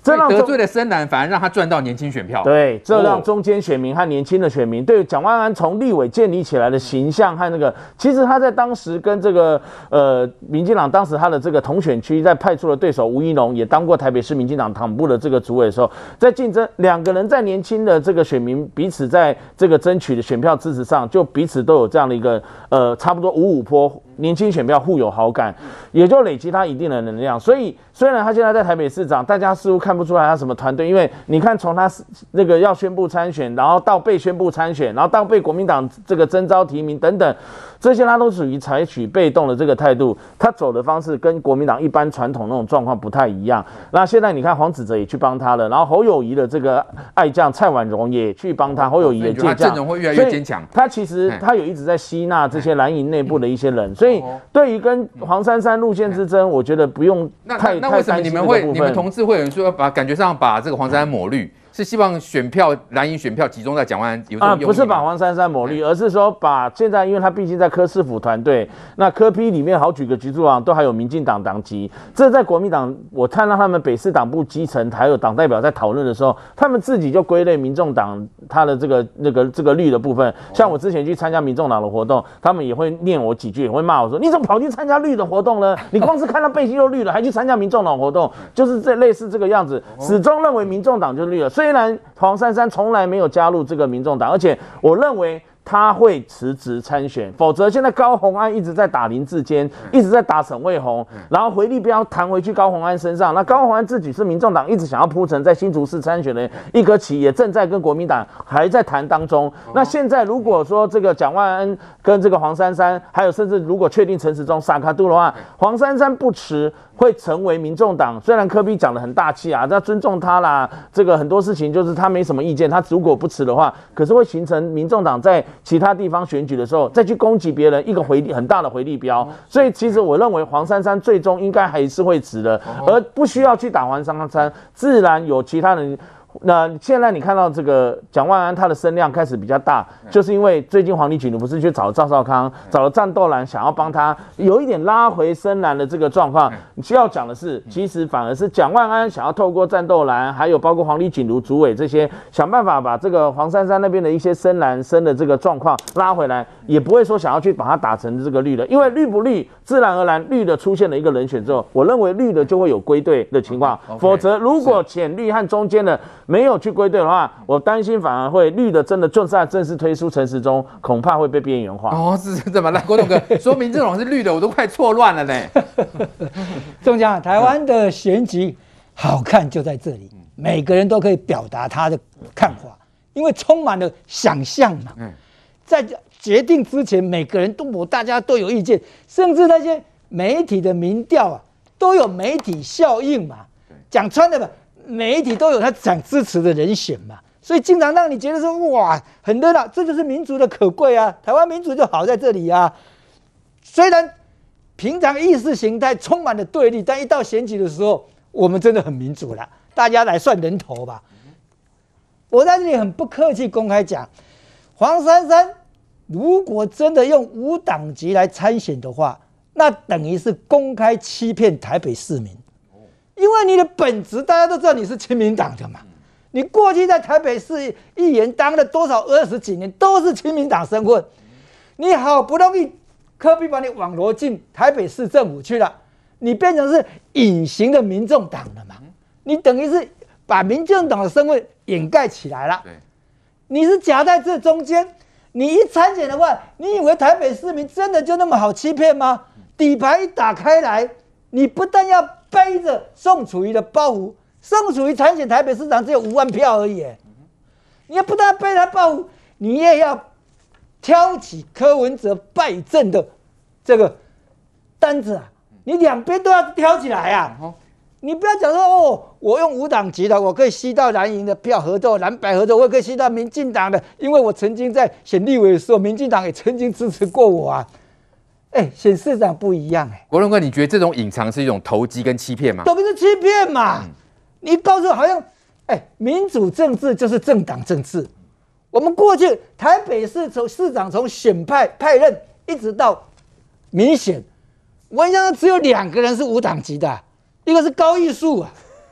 这让得罪了深蓝，反而让他赚到年轻选票。 对，这让中间选民和年轻的选民对蒋万安从立委建立起来的形象和那个，其实他在当时跟这个民进党当时他的这个同选区在派出的对手吴怡农，也当过台北市民进党党部的这个主委的时候，在竞争两个人在年轻的这个选民彼此在这个争取的选票支持上，就彼此都有这样的一个差不多5-5波。年轻选票互有好感，也就累积他一定的能量。所以虽然他现在在台北市长，大家似乎看不出来他什么团队，因为你看从他那个要宣布参选，然后到被宣布参选，然后到被国民党这个征召提名等等，这些他都属于采取被动的这个态度。他走的方式跟国民党一般传统那种状况不太一样。那现在你看黄子哲也去帮他了，然后侯友宜的这个爱将蔡婉容也去帮他，侯友宜也借将， 阵容会越来越坚强。 他其实他有一直在吸纳这些蓝营内部的一些人，所以对于跟黄珊珊路线之争，我觉得不用太为什么你们同志会有人说感觉上把这个黄珊珊抹绿？是希望选票蓝营选票集中在蒋万安有这种用意吗？ 不是把黄珊珊抹绿，而是说把现在，因为他毕竟在柯市府团队，那柯 P 里面好几个局处长都还有民进党党籍，这在国民党，我看到他们北市党部基层还有党代表在讨论的时候，他们自己就归类民众党他的这个绿的部分。像我之前去参加民众党的活动，他们也会念我几句，也会骂我说：“你怎么跑去参加绿的活动呢？你光是看到背心就绿了，还去参加民众党活动，就是这类似这个样子，始终认为民众党就是绿了。”虽然黄珊珊从来没有加入这个民众党，而且我认为他会辞职参选，否则现在高虹安一直在打林智坚，一直在打沈卫红，然后回力镖弹回去高虹安身上。那高虹安自己是民众党一直想要铺陈在新竹市参选的一颗棋，也正在跟国民党还在谈当中。那现在如果说这个蒋万安跟这个黄珊珊，还有甚至如果确定陈时中萨卡杜的话，黄珊珊不辞会成为民众党。虽然柯 P 讲得很大气啊，要尊重他啦，这个很多事情就是他没什么意见，他如果不辞的话，可是会形成民众党在其他地方选举的时候再去攻击别人一个很大的回力镖。所以其实我认为黄珊珊最终应该还是会辞的，而不需要去打黄珊珊，自然有其他人。那现在你看到这个蒋万安他的声量开始比较大，就是因为最近黄立群不是去找了赵少康，找了战斗蓝，想要帮他有一点拉回深蓝的这个状况。需要讲的是，其实反而是蒋万安想要透过战斗蓝，还有包括黄立群主委这些，想办法把这个黄珊珊那边的一些深蓝深的这个状况拉回来，也不会说想要去把它打成这个绿的，因为绿不绿，自然而然绿的出现了一个人选之后，我认为绿的就会有归队的情况，否则如果浅绿和中间的没有去归队的话，我担心反而会绿的真的就算正式推出陈时中，恐怕会被边缘化。 哦，是这么来，郭董哥说明这种是绿的，我都快错乱了呢。 中将，台湾的选举好看就在这里，每个人都可以表达他的看法，因为充满了想象嘛。在决定之前，每个人大家都有意见，甚至那些媒体的民调啊，都有媒体效应嘛。讲穿了吧。媒体都有他想支持的人选嘛，所以经常让你觉得说哇很热闹，这就是民主的可贵啊！台湾民主就好在这里啊。虽然平常意识形态充满了对立，但一到选举的时候，我们真的很民主了，大家来算人头吧。我在这里很不客气公开讲，黄珊珊如果真的用无党籍来参选的话，那等于是公开欺骗台北市民。因为你的本质大家都知道你是亲民党的嘛，你过去在台北市议员当了多少20几年都是亲民党身份，你好不容易柯 P 把你网罗进台北市政府去了，你变成是隐形的民众党了嘛，你等于是把民众党的身份掩盖起来了，你是夹在这中间，你一参选的话，你以为台北市民真的就那么好欺骗吗？底牌一打开来，你不但要背着宋楚瑜的包袱，宋楚瑜参选台北市长只有5万票而已，你也不但背他包袱，你也要挑起柯文哲败阵的这个单子啊，你两边都要挑起来啊！你不要讲说哦，我用无党籍的，我可以吸到蓝营的票合作，蓝白合作，我也可以吸到民进党的，因为我曾经在选立委的时候，民进党也曾经支持过我啊。选市长不一样国荣哥，你觉得这种隐藏是一种投机跟欺骗吗？ 都不是欺骗嘛！你告诉我好像，民主政治就是政党政治。我们过去台北市市长从选派任一直到民选，我印象中只有2个人是无党籍的，一个是高玉树啊，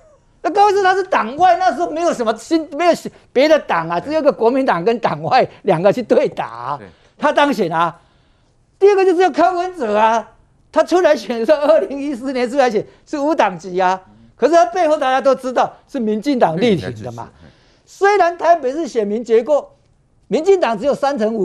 那高虹士他是党外，那时候没有什么没有别的党啊，只有个国民党跟党外两个去对打啊，他当选啊。第二个就是柯文哲啊，他出来选的时候，2014年出来选是无党籍啊，可是他背后大家都知道是民进党力挺的嘛。虽然台北市选民结构，民进党只有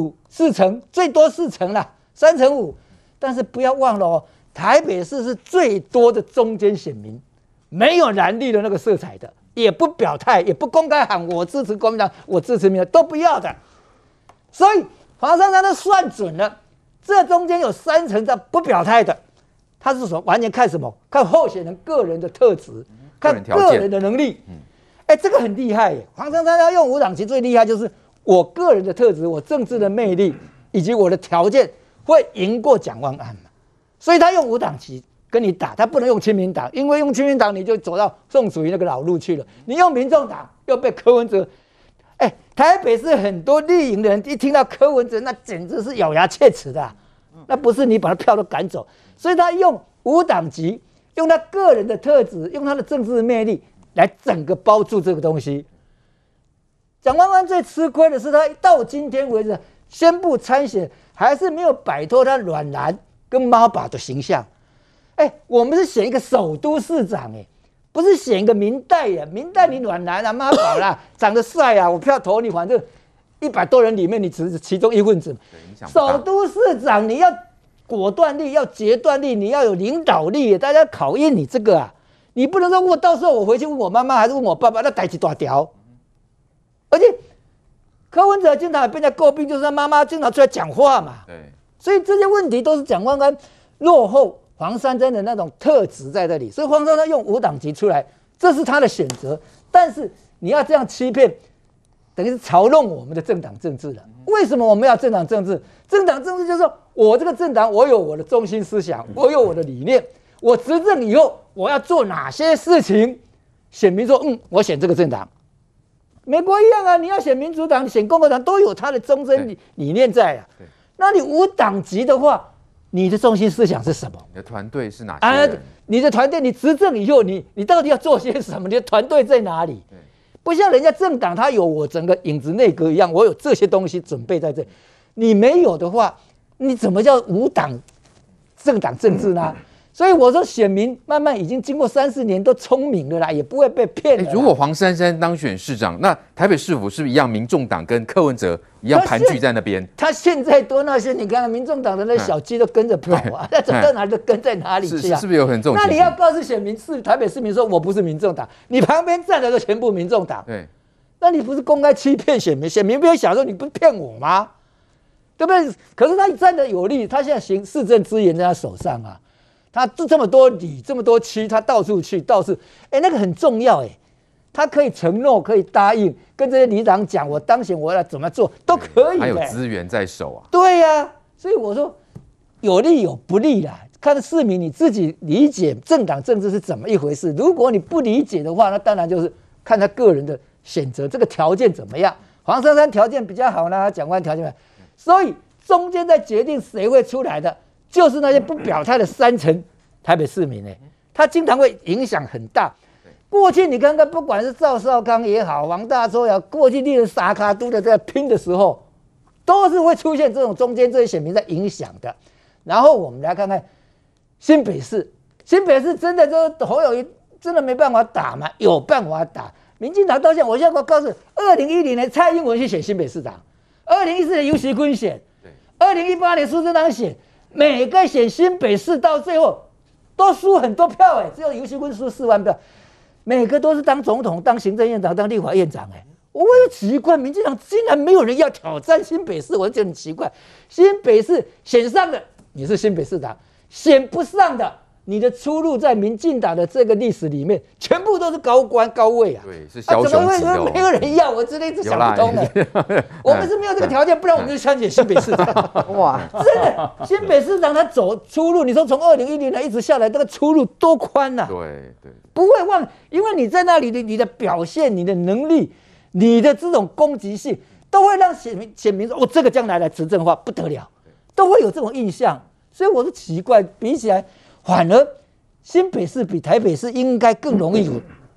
3%、4%，最多4%啦，3%，但是不要忘了哦，台北市是最多的中间选民，没有蓝绿的那个色彩的，也不表态，也不公开喊我支持国民党，我支持民进党，都不要的。所以黄珊珊都算准了。这中间有30%在不表态的，他是说完全看什么？看候选人个人的特质，看个人的能力。这个很厉害耶。黄珊珊要用无党籍最厉害就是我个人的特质，我政治的魅力以及我的条件会赢过蒋万安嘛。所以他用无党籍跟你打，他不能用亲民党，因为用亲民党你就走到宋楚瑜那个老路去了。你用民众党又被柯文哲。台北市很多绿营的人一听到柯文哲，那简直是咬牙切齿的那不是你把他票都赶走，所以他用无党籍，用他个人的特质，用他的政治魅力来整个包住这个东西。蒋万安最吃亏的是，他到今天为止宣布参选，还是没有摆脱他软蓝跟妈宝的形象。我们是选一个首都市长不是选一个民代呀，民代你软男啊，妈宝啦，长得帅啊，我票投你，反正100多人里面你只是其中一份子。首都市长你要果断力，要决断力，你要有领导力，大家考验你这个啊，你不能说我到时候我回去问我妈妈还是问我爸爸，那代志大条。而且柯文哲经常被人家诟病，就是他妈妈经常出来讲话嘛。所以这些问题都是蒋万安落后黄珊珊的那种特质在这里，所以黄珊珊用无党籍出来，这是他的选择。但是你要这样欺骗，等于是嘲弄我们的政党政治了。为什么我们要政党政治？政党政治就是说我这个政党，我有我的中心思想，我有我的理念，我执政以后我要做哪些事情，选民说我选这个政党。美国一样啊，你要选民主党，选共和党都有他的终身理念在啊。那你无党籍的话，你的中心思想是什么？ 你的团队是哪些人？ 你的团队，你执政以后，你到底要做些什么？你的团队在哪里？不像人家政党，他有我整个影子内阁一样，我有这些东西准备在这。你没有的话，你怎么叫无党政党政治呢？所以我说，选民慢慢已经经过30年都聪明了啦，也不会被骗了。 如果黄珊珊当选市长，那台北市府是不是一样？民众党跟柯文哲一样盘踞在那边？ 他现在多那些，你看看民众党的那小鸡都跟着跑啊，那走到哪里都跟在哪里去啊？ 是不是有很这种？ 那你要告诉选民，台北市民说我不是民众党，你旁边站的都全部民众党。 对， 那你不是公开欺骗选民？选民不要想说你不是骗我吗？对不对？可是他站得有利，他现在行市政资源在他手上啊。他这么多里，这么多区，他到处去，那个很重要他可以承诺，可以答应，跟这些里长讲，我当选我要怎么做都可以。 还有资源在手啊。 对呀，所以我说有利有不利啦，看市民你自己理解政党政治是怎么一回事。如果你不理解的话，那当然就是看他个人的选择，这个条件怎么样。黄珊珊条件比较好呢，蒋万安条件比较好，所以中间在决定谁会出来的。就是那些不表态的3成台北市民他经常会影响很大。过去你看看，不管是赵少康也好，王大洲也好，过去令人撒卡都的在拼的时候，都是会出现这种中间这些选民在影响的。然后我们来看看新北市，新北市真的就是侯友宜真的没办法打吗？有办法打。民进党到现在，我现在告诉你，2010年蔡英文去选新北市长，2014年游锡堃选，2018年苏贞昌选。每个选新北市到最后都输很多票只有游锡堃输4万票，每个都是当总统、当行政院长、当立法院长我也奇怪，民进党竟然没有人要挑战新北市，我就觉得很奇怪。新北市选上的你是新北市长，选不上的你的出路在民进党的这个历史里面，全部都是高官高位啊。 对，是枭雄级的怎么会没有人要？我真的一直想不通我们是没有这个条件，不然我们就参选新北市长。哇，真的，新北市长他走出路，你说从2010年一直下来，这个出路多宽呐？ 对， 不会忘，因为你在那里的你的表现、你的能力、你的这种攻击性，都会让选民说，这个将来执政的话不得了，都会有这种印象。所以我是奇怪，比起来。反而新北市比台北市应该更容易有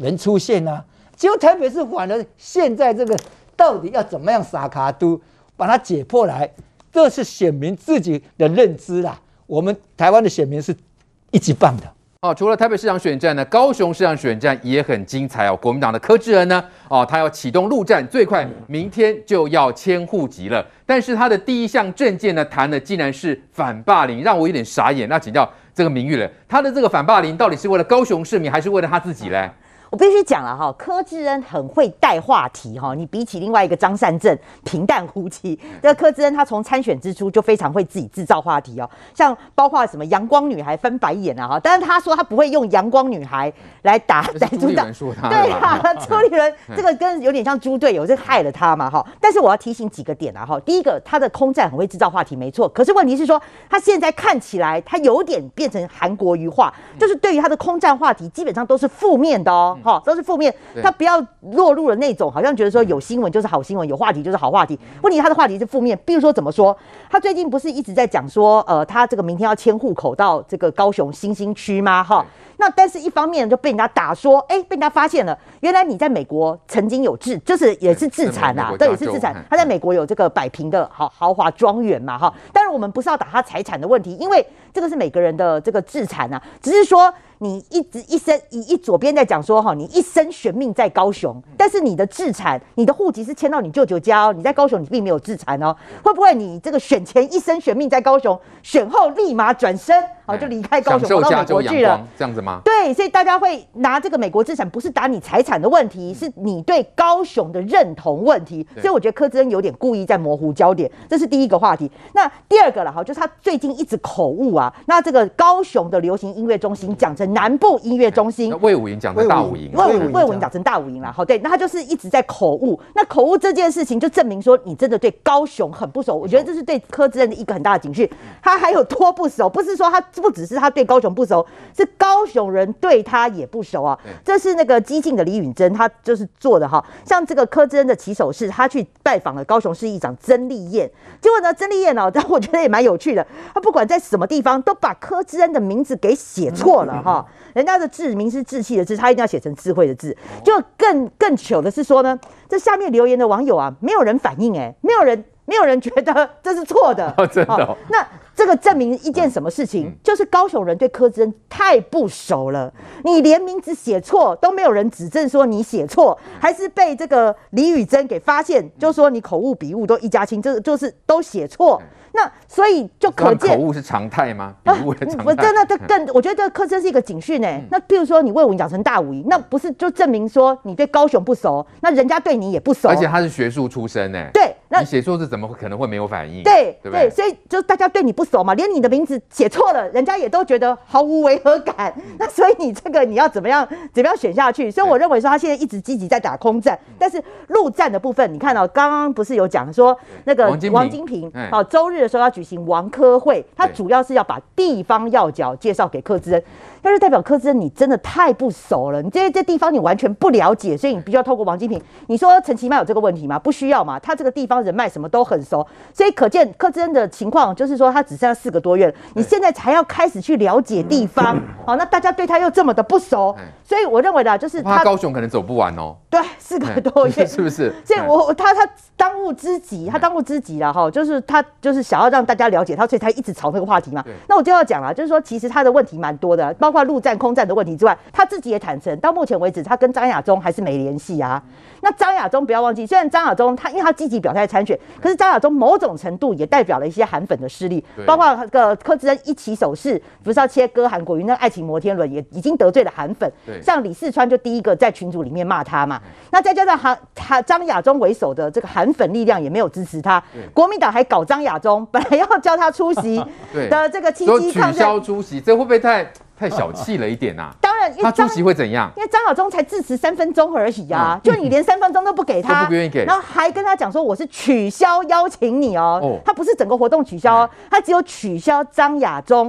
人出现啊。结果台北市反而现在这个到底要怎么样撒卡都把它解破来，这是选民自己的认知啦。我们台湾的选民是一级棒的。 除了台北市长选战呢，高雄市长选战也很精彩哦。国民党的柯志恩呢，他要启动陆战，最快明天就要迁户籍了。但是他的第一项政见呢，谈的竟然是反霸凌，让我有点傻眼。那请教这个明玉了，他的这个反霸凌到底是为了高雄市民，还是为了他自己嘞？ 我必须讲了哈，柯志恩很会带话题哈。你比起另外一个张善政平淡无奇，这个柯志恩他从参选之初就非常会自己制造话题哦，像包括什么阳光女孩翻白眼啊哈，但是他说他不会用阳光女孩来打朱立伦说他对啊，朱立伦这个跟有点像猪队友，这害了他嘛哈。但是我要提醒几个点啊哈，第一个他的空战很会制造话题没错，可是问题是说他现在看起来他有点变成韩国瑜化，就是对于他的空战话题基本上都是负面的哦。都是负面，他不要落入了那种好像觉得说有新闻就是好新闻，有话题就是好话题。问题他的话题是负面，比如说怎么说？他最近不是一直在讲说，他这个明天要迁户口到这个高雄新兴区吗？哈，那但是一方面就被人家打说，被人家发现了，原来你在美国曾经有就是也是自产啊，对，也是自产。他在美国有这个100坪的豪华庄园嘛，哈。当然我们不是要打他财产的问题，因为这个是每个人的这个自产啊，只是说。你一生左边在讲说哈，你一生悬命在高雄，但是你的置产，你的户籍是迁到你舅舅家哦，你在高雄你并没有置产哦，会不会你这个选前一生悬命在高雄，选后立马转身就离开高雄跑到美国去了？ 这样子吗？ 对，所以大家会拿这个美国资产，不是打你财产的问题，是你对高雄的认同问题。所以我觉得柯志恩有点故意在模糊焦点，这是第一个话题。那第二个了哈，就是他最近一直口误啊，那这个高雄的流行音乐中心讲成南部音乐中心， 魏武营讲成大武营， 魏武营讲成大武营啦。好，对，那他就是一直在口误。那口误这件事情就证明说你真的对高雄很不熟。我觉得这是对柯志恩的一个很大的警讯。他还有多不熟？不是说他不只是他对高雄不熟，是高雄人对他也不熟啊。这是那个激进的李允珍他就是做的哈。像这个柯志恩的起手式，他去拜访了高雄市议长曾丽燕，结果呢，曾丽燕但我觉得也蛮有趣的，他不管在什么地方都把柯志恩的名字给写错了哈。人家的志明是志气的志，他一定要写成智慧的智。就更糗的是说呢，这下面留言的网友啊，没有人反应没有人觉得这是错的真的那这个证明一件什么事情？就是高雄人对柯志恩太不熟了，你连名字写错都没有人指正说你写错，还是被这个李宇珍给发现，就说你口误笔误都一家亲，这就是都写错。那所以就可见口误是常态吗？笔误的常态？ 我真的我觉得这柯志恩是一个警讯那譬如说你魏武营讲成大武营，那不是就证明说你对高雄不熟，那人家对你也不熟， 而且他是学术出身对，那你写错字怎么可能会没有反应？ 对，所以就大家对你不熟嘛，连你的名字写错了，人家也都觉得毫无违和感。那所以你这个你要怎么样选下去？所以我认为说他现在一直积极在打空战，但是陆战的部分，你看刚刚不是有讲说那个王金平周日的时候要举行王科会，他主要是要把地方要角介绍给柯志恩。那就代表柯志恩你真的太不熟了，你这地方你完全不了解，所以你必须要透过王金平。你说陈其迈有这个问题吗？不需要嘛，他这个地方人脉什么都很熟，所以可见柯志恩的情况就是说他只剩下4个多月了，你现在才要开始去了解地方，那大家对他又这么的不熟，所以我认为的就是他高雄可能走不完哦。 对，4个多月是不是？ 所以他当务之急，了哈，就是他就是想要让大家了解他，所以他一直炒那个话题嘛。那我就要讲了，就是说其实他的问题蛮多的，包括陆战、空战的问题之外，他自己也坦诚，到目前为止他跟张亚中还是没联系啊。那张亚中不要忘记，虽然张亚中因为他积极表态参选，可是张亚中某种程度也代表了一些韩粉的势力，包括柯志恩一起手势不是要切割韩国瑜那个爱情摩天轮，也已经得罪了韩粉。像李四川就第一个在群组里面骂他嘛，那再加上张亚中为首的这个韩粉力量也没有支持他，国民党还搞张亚中，本来要叫他出席的这个七七抗战， 取消出席，这会不会太小气了一点啊？ 当然， 他出席会怎样？ 因为张亚中才致辞3分钟而已啊，就你连3分钟都不给他， 都不愿意给， 然后还跟他讲说我是取消邀请你他不是整个活动取消他只有取消张亚中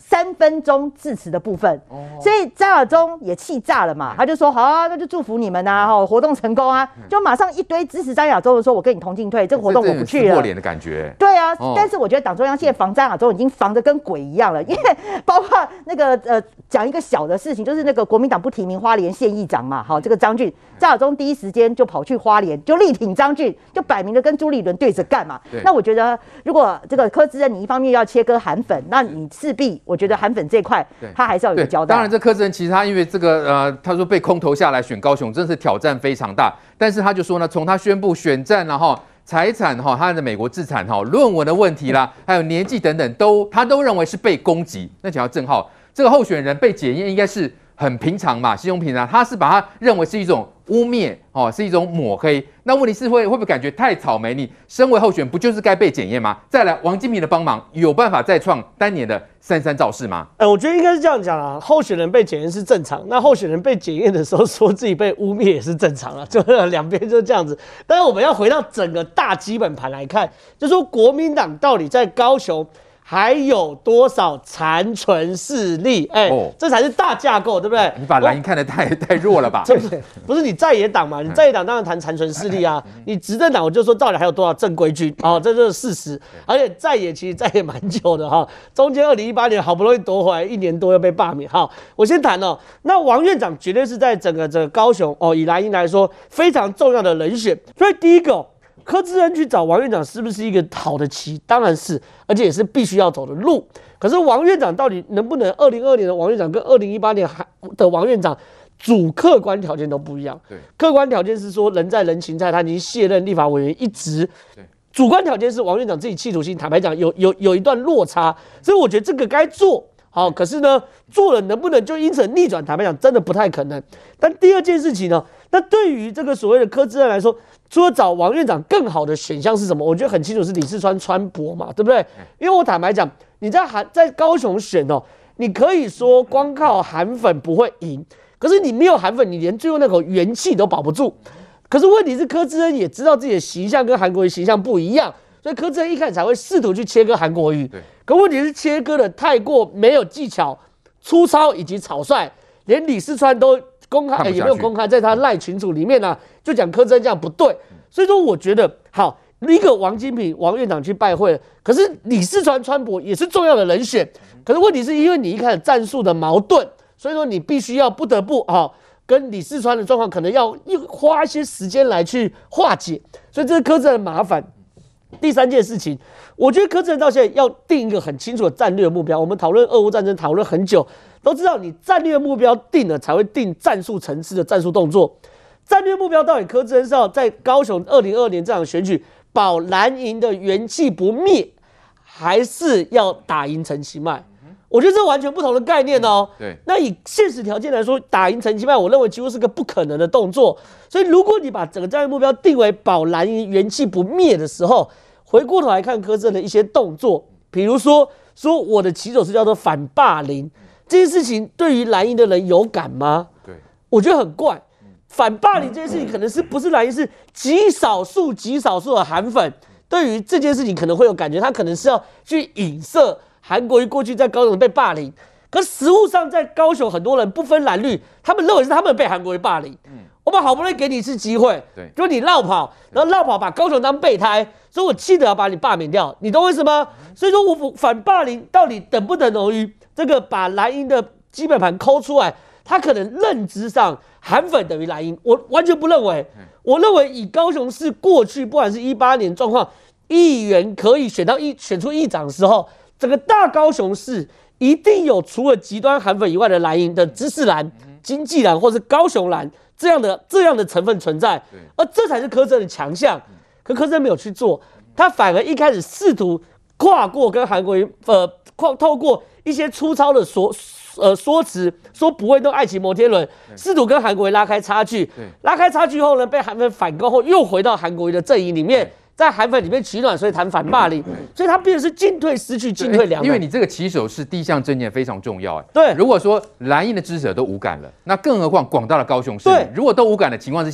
3分钟致辞的部分，所以张亚中也气炸了嘛，他就说好啊，那就祝福你们啊，活动成功啊，就马上一堆支持张亚中的说，我跟你同进退，这个活动我不去了， 破脸的感觉。 对啊，但是我觉得党中央现在防张亚中已经防得跟鬼一样了，因为包括那个讲一个小的事情，就是那个国民党不提名花莲县议长嘛，好，这个张俊，张亚中第一时间就跑去花莲，就力挺张俊，就摆明了跟朱立伦对着干嘛。那我觉得，如果这个柯志恩你一方面要切割韩粉，那你势必我觉得韩粉这一块他还是要有一个交代。 当然，这柯志恩其实他因为这个他说被空投下来选高雄，真的是挑战非常大。但是他就说呢，从他宣布选战然后财产他的美国资产论文的问题啦，还有年纪等等他都认为是被攻击。那讲到正皓这个候选人被检验应该是很平常嘛，稀松平常，他是把他认为是一种污蔑是一种抹黑。那问题是会不会感觉太草莓？你身为候选人不就是该被检验吗？再来，王金平的帮忙有办法再创当年的33造势吗？ 我觉得应该是这样讲啦，候选人被检验是正常，那候选人被检验的时候说自己被污蔑也是正常啦，就两边就这样子。但是我们要回到整个大基本盘来看，就说国民党到底在高雄还有多少残存势力？这才是大架构，对不对？ 你把蓝营看得太弱了吧？ 不是你在野党嘛？你在野党当然谈残存势力啊。你执政党我就说到底还有多少正规军这就是事实。而且在野其实在野蛮久的中间2018年好不容易夺回来，1年多又被罢免。我先谈那王院长绝对是在整个高雄以蓝营来说非常重要的人选。所以第一个柯志恩去找王院长是不是一个好的棋？当然是，而且也是必须要走的路。可是王院长到底能不能2022年的王院长跟2018年的王院长主客观条件都不一样？客观条件是说人在人情在，他已经卸任立法委员一职。主观条件是王院长自己企图心，坦白讲有一段落差，所以我觉得这个该做。好，可是呢，做了能不能就因此逆转？坦白讲，真的不太可能。但第二件事情呢，那对于这个所谓的柯志恩来说，除了找王院长更好的选项是什么？我觉得很清楚是李四川川博嘛，对不对？因为我坦白讲，你在高雄选你可以说光靠韩粉不会赢，可是你没有韩粉，你连最后那口元气都保不住。可是问题是柯志恩也知道自己的形象跟韩国瑜形象不一样，所以柯志恩一开始才会试图去切割韩国瑜。可问题是切割的太过没有技巧、粗糙以及草率，连李四川都公开也没有公开，在他赖群组里面就讲柯志恩这样不对。所以说我觉得好，一个王金平王院长去拜会了，可是李四川川博也是重要的人选。可是问题是因为你一开始战术的矛盾，所以说你必须要不得不跟李四川的状况可能要花一些时间来去化解，所以这是柯志恩的麻烦。第三件事情，我觉得柯志恩到现在要定一个很清楚的战略目标。我们讨论俄乌战争讨论很久，都知道你战略目标定了才会定战术层次的战术动作。战略目标到底柯志恩是要在高雄2022年这场选举保蓝营的元气不灭，还是要打赢陈其迈？我觉得这完全不同的概念对， 那以现实条件来说，打赢陈其迈，我认为几乎是个不可能的动作。所以，如果你把整个战略目标定为保蓝营元气不灭的时候，回过头来看柯志恩的一些动作，比如说我的起手是叫做反霸凌这件事情，对于蓝营的人有感吗？对，我觉得很怪。反霸凌这件事情，可能是不是蓝营是极少数的韩粉对于这件事情可能会有感觉，他可能是要去影射韩国瑜过去在高雄被霸凌，可实务上在高雄很多人不分蓝绿，他们认为是他们被韩国瑜霸凌。我们好不容易给你一次机会，就你绕跑，然后绕跑把高雄当备胎，所以我气得要把你罢免掉，你懂我意思吗？所以说我反霸凌到底等不等同于这个把蓝营的基本盘抠出来？他可能认知上韩粉等于蓝营，我完全不认为。我认为以高雄市过去不管是18年状况，议员可以选出议长的时候，整个大高雄市一定有除了极端韩粉以外的蓝营的知识蓝、经济蓝或是高雄蓝这样的成分存在，而这才是柯志恩的强项。可柯志恩没有去做，他反而一开始试图跨过跟韩国瑜透过一些粗糙的说辞，说不会动爱情摩天轮，试图跟韩国瑜拉开差距。拉开差距后呢，被韩粉反攻后，又回到韩国瑜的阵营里面，在韩粉里面取暖，所以谈反霸凌，所以他变成是进退失去，进退两难。 因为你这个起手是第一项证件非常重要。 对， 如果说蓝营的支持者都无感了，那更何况广大的高雄市民，如果都无感的情况之下，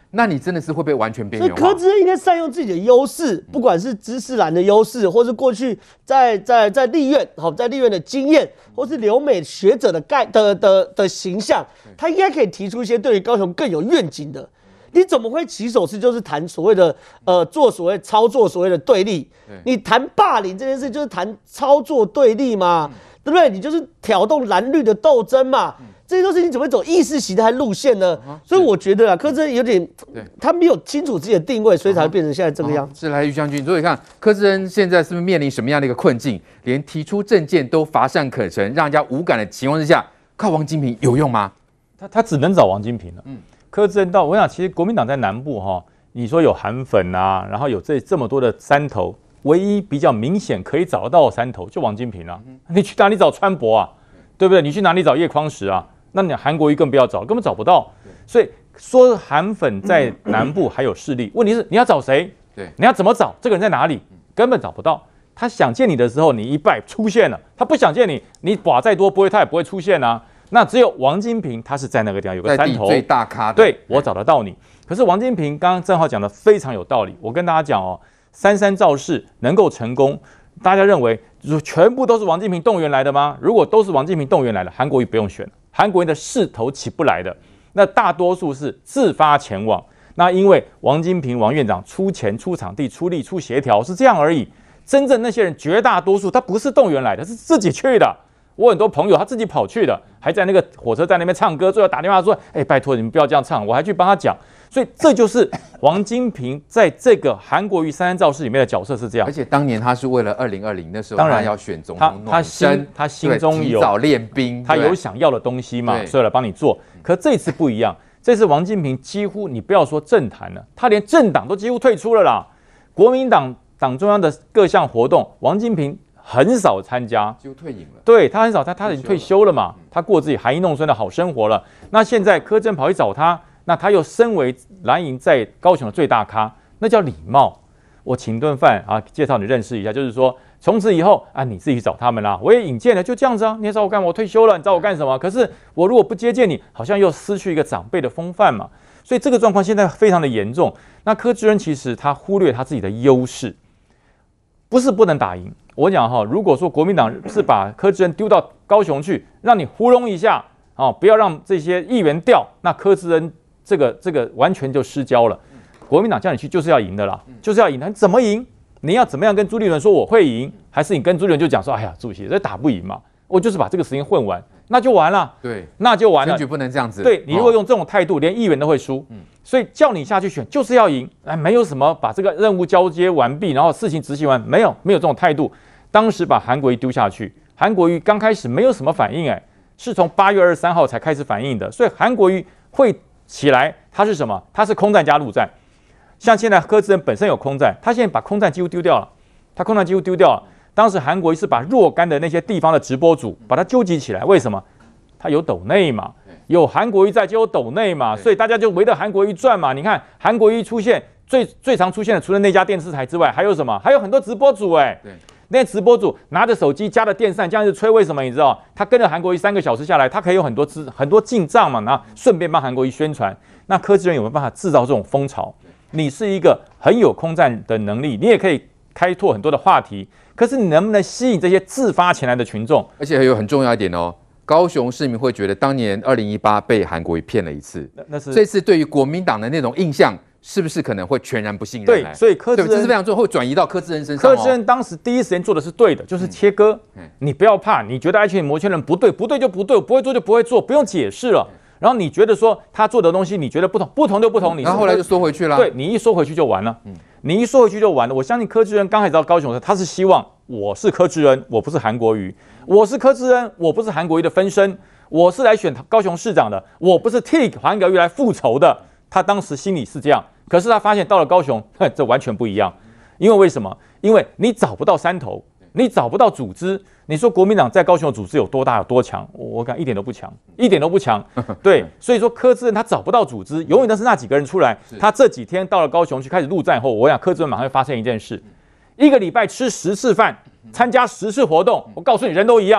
那你真的是会被完全边缘化。 所以柯志恩应该善用自己的优势，不管是知识蓝的优势，或是过去在立院在立院的经验，或是留美学者的形象，他应该可以提出一些对于高雄更有愿景的。你怎么会起手式就是谈所谓的做所谓操作所谓的对立？你谈霸凌这件事就是谈操作对立嘛，对不对？你就是挑动蓝绿的斗争嘛。这些都是你怎么会走意识形态路线呢？所以我觉得柯志恩有点，他没有清楚自己的定位，所以才会变成现在这个样子。 是来于将军，所以看柯志恩现在是不是面临什么样的一个困境？连提出政见都乏善可陈，让人家无感的情况之下，靠王金平有用吗？ 他只能找王金平了。柯志恩我想其实国民党在南部你说有韩粉啊，然后有这么多的山头，唯一比较明显可以找得到的山头就王金平啊。你去哪里找川博啊？对不对？你去哪里找叶匡时啊？那你韩国瑜更不要找，根本找不到。所以说韩粉在南部还有势力，问题是你要找谁？ 对， 你要怎么找？这个人在哪里？根本找不到。他想见你的时候，你一拜出现了；他不想见你，你把再多他也不会出现啊。那只有王金平，他是在那个地方有个山头最大咖的， 对我找得到你。可是王金平刚刚正好讲的非常有道理，我跟大家讲三山造势能够成功，大家认为全部都是王金平动员来的吗？如果都是王金平动员来的，韩国瑜不用选了，韩国瑜的势头起不来的。那大多数是自发前往，那因为王金平王院长出钱、出场地、出力、出协调是这样而已。真正那些人绝大多数他不是动员来的，是自己去的。我很多朋友他自己跑去的，还在那个火车站那边唱歌，最后打电话说：“拜托你们不要这样唱。”我还去帮他讲。所以这就是王金平在这个韩国瑜三山造势里面的角色是这样。 而且当年他是为了2020那时候他要选总统， 他心中有提早练兵， 他有想要的东西嘛，所以来帮你做。可这次不一样，这次王金平几乎你不要说政坛了，他连政党都几乎退出了啦。国民党党中央的各项活动，王金平很少参加， 就退隐了。 对他很少，他已经退休了嘛，他过自己含饴弄孙的好生活了。那现在柯震跑去找他，那他又身为蓝营在高雄的最大咖，那叫礼貌。我请顿饭啊，介绍你认识一下，就是说从此以后啊，你自己去找他们啦，我也引荐了，就这样子啊。你也找我干嘛？我退休了，你找我干什么？可是我如果不接见你，好像又失去一个长辈的风范嘛。所以这个状况现在非常的严重。那柯志恩其实他忽略他自己的优势，不是不能打赢。我讲如果说国民党是把柯志恩丢到高雄去，让你糊弄一下不要让这些议员调，那柯志恩这个完全就失焦了。国民党叫你去就是要赢的啦，就是要赢。你怎么赢？你要怎么样跟朱立伦说我会赢，还是你跟朱立伦就讲说，哎呀，主席这打不赢嘛，我就是把这个时间混完，那就完了。 对， 那就完了。 选举不能这样子。 对，你如果用这种态度，连议员都会输。所以叫你下去选就是要赢，没有什么把这个任务交接完毕，然后事情执行完，没有这种态度。当时把韩国瑜丢下去，韩国瑜刚开始没有什么反应，是从8月23号才开始反应的。所以韩国瑜会起来，他是什么？他是空战加陆战。像现在柯志恩本身有空战，他现在把空战几乎丢掉了，当时韩国瑜是把若干的那些地方的直播主把他纠集起来，为什么？他有斗内嘛，有韩国瑜在就有斗内嘛，所以大家就围着韩国瑜转嘛。你看韩国瑜出现最常出现的，除了那家电视台之外，还有什么？还有很多直播主那些直播主拿着手机加着电扇这样子吹，为什么？你知道？他跟着韩国瑜3个小时下来，他可以有很多进账嘛，然后顺便帮韩国瑜宣传。那柯志恩有没有办法制造这种风潮？你是一个很有空战的能力，你也可以开拓很多的话题，可是你能不能吸引这些自发前来的群众？ 而且还有很重要一点高雄市民会觉得当年2018被韩国瑜骗了一次， 那是这次对于国民党的那种印象，是不是可能会全然不信任？ 对，所以柯志恩这是非常重要，会转移到柯志恩身上。 柯志恩当时第一时间做的是对的，就是切割。你不要怕，你觉得爱情摩拳人不对就不对，我不会做就不会做，不用解释了。然后你觉得说他做的东西你觉得不同就不同， 然后后来就缩回去了。 对，你一缩回去就完了，我相信柯志恩刚开始到高雄的时候，他是希望我是柯志恩，我不是韩国瑜，我是柯志恩，我不是韩国瑜的分身，我是来选高雄市长的，我不是替韩国瑜来复仇的。他当时心里是这样，可是他发现到了高雄，这完全不一样。因为为什么？因为你找不到山头，你找不到组织。你说国民党在高雄的组织有多大有多强？我讲一点都不强。对，所以说柯志恩他找不到组织，永远都是那几个人出来。他这几天到了高雄去开始陆战后，我想柯志恩马上会发生一件事：1个礼拜吃10次饭，参加10次活动。我告诉你，人都一样。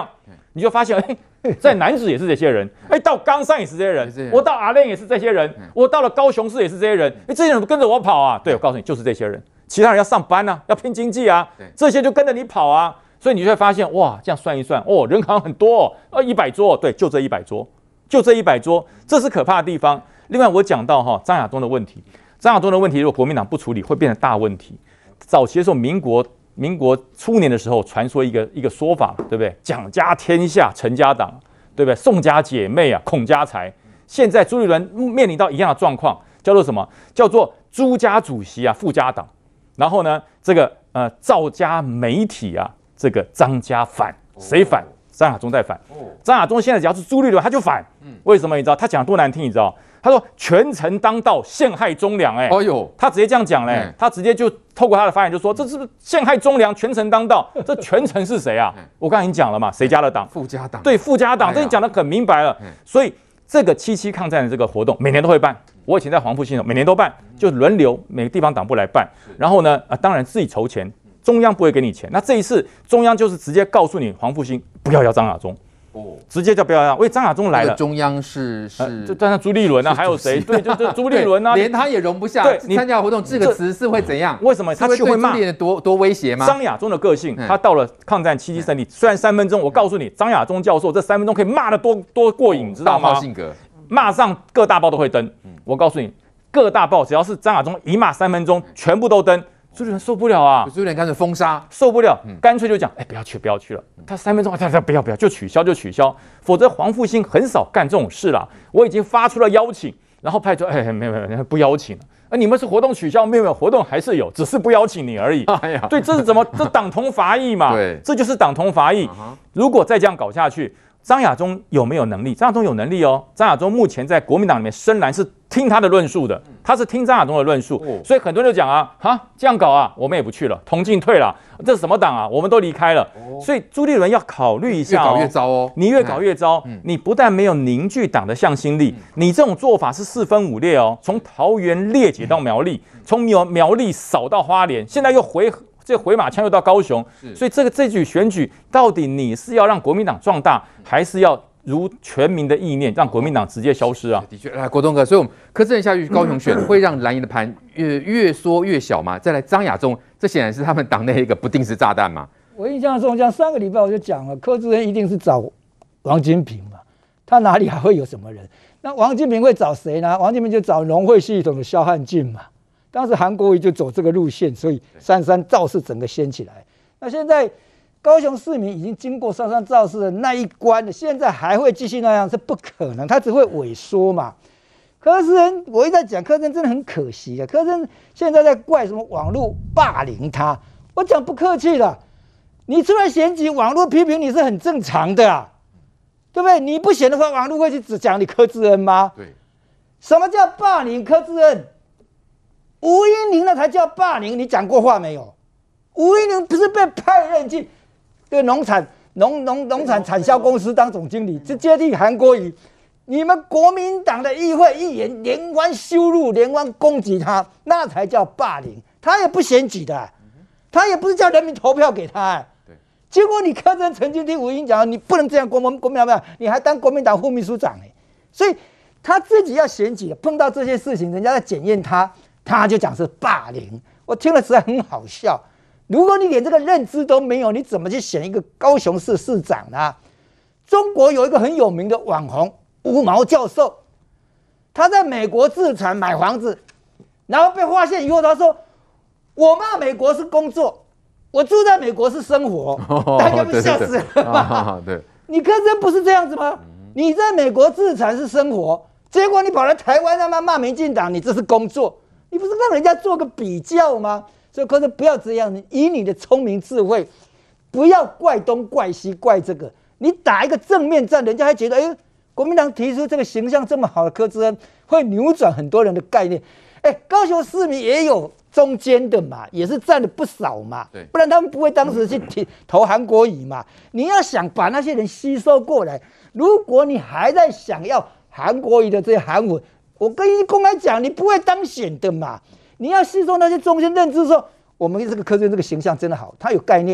你就发现，在南子也是这些人，到冈山也是这些人，我到阿练也是这些人，我到了高雄市也是这些人，这些人跟着我跑啊。对，我告诉你，就是这些人，其他人要上班啊，要拼经济啊，这些就跟着你跑啊。所以你就会发现，哇，这样算一算，人好像很多100桌，对，就这100桌，就这100桌，这是可怕的地方。另外，我讲到张亚中的问题，张亚中的问题，如果国民党不处理，会变成大问题。早期的时候，民国初年的时候，传说一个说法，对不对？蒋家天下，陈家党，对不对？宋家姐妹啊，孔家财。现在朱立伦面临到一样的状况，叫做什么？叫做朱家主席啊，副家党。然后呢，这个赵家媒体啊，这个张家反，谁反？张亚中在反。张亚中现在只要是朱立伦，他就反。为什么？你知道他讲多难听？你知道？他说权臣当道，陷害忠良。他直接这样讲嘞，他直接就透过他的发言就说，这是不是陷害忠良？权臣当道，这权臣是谁啊？我刚才已经讲了嘛，谁家的党？ 傅家党。 对，傅家党，这你讲得很明白了。所以这个7.7抗战的这个活动，每年都会办。我以前在黄复兴每年都办，就轮流每个地方党部来办。然后呢，当然自己筹钱，中央不会给你钱。那这一次中央就是直接告诉你，黄复兴不要张亚中。直接叫不要让，因为张亚中来了， 中央是就当然朱立伦啊，还有谁？对，就朱立伦啊， 连他也容不下。对，参加活动这个词是会怎样？ 为什么他去会骂？ 多威胁吗？ 张亚中的个性，他到了抗战7.7胜利，虽然3分钟，我告诉你，张亚中教授这3分钟可以骂得多过瘾，知道吗？ 大炮性格， 骂上各大报都会登。我告诉你，各大报只要是张亚中一骂3分钟，全部都登。朱立伦受不了啊！ 朱立伦干脆封杀， 受不了，干脆就讲，不要去了。他3分钟，他不要，就取消，否则黄复兴很少干这种事啦。我已经发出了邀请，然后派出，没有，不邀请了。你们是活动取消，没有活动还是有，只是不邀请你而已。对，这是怎么？这党同伐异嘛？对，这就是党同伐异。如果再这样搞下去，张亚中有没有能力？张亚中有能力哦。张亚中目前在国民党里面深蓝是听他的论述的，他是听张亚中的论述，所以很多人就讲啊，这样搞啊，我们也不去了，同进退了，这是什么党啊？我们都离开了。所以朱立伦要考虑一下， 越搞越糟哦。 你越搞越糟，你不但没有凝聚党的向心力，你这种做法是4分5裂哦，从桃园裂解到苗栗，从苗栗扫到花莲，现在又回马枪又到高雄，所以这局选举到底你是要让国民党壮大，还是要如全民的意念让国民党直接消失啊？ 的确，来国栋哥，所以我们柯志恩下去高雄选，会让蓝营的盘越缩越小吗？再来张亚中，这显然是他们党内一个不定时炸弹嘛。 我印象中，像上个礼拜我就讲了，柯志恩一定是找王金平嘛，他哪里还会有什么人？那王金平会找谁呢？王金平就找农会系统的萧汉进嘛。当时韩国瑜就走这个路线，所以33造势整个掀起来。那现在高雄市民已经经过33造势的那一关了，现在还会继续那样是不可能，他只会萎缩嘛。柯志恩，我一直在讲柯志恩真的很可惜啊。柯志恩现在在怪什么网络霸凌他，我讲不客气了，你出来选举，网络批评你是很正常的啊，对不对？你不选的话，网络会去只讲你柯志恩吗？对，什么叫霸凌柯志恩？吴音玲那才叫霸凌，你讲过话没有？吴音玲不是被派任去这个农产产销公司当总经理，是接替韩国瑜。你们国民党的议会议员连番羞辱、连番攻击他，那才叫霸凌。他也不选举的，他也不是叫人民投票给他。结果你柯志恩曾经听吴音讲，你不能这样国民党，你还当国民党副秘书长所以他自己要选举，碰到这些事情，人家在检验他。他就讲是霸凌，我听了实在很好笑。如果你连这个认知都没有，你怎么去选一个高雄市市长呢？中国有一个很有名的网红吴毛教授，他在美国自产买房子，然后被发现以后，他说：“我骂美国是工作，我住在美国是生活。”大家不吓死了吧？对，你柯志恩不是这样子吗？你在美国自产是生活，结果你跑来台湾他妈骂民进党，你这是工作。你不是让人家做个比较吗？所以可是不要这样，以你的聪明智慧，不要怪东怪西怪这个。你打一个正面战，人家还觉得，国民党提出这个形象这么好的柯志恩，会扭转很多人的概念。高雄市民也有中间的嘛，也是占了不少嘛，不然他们不会当时去投韩国瑜嘛。你要想把那些人吸收过来，如果你还在想要韩国瑜的这些韩文。我跟你公开讲，你不会当选的嘛！你要吸收那些中间认知，说我们这个柯志恩这个形象真的好，他有概念，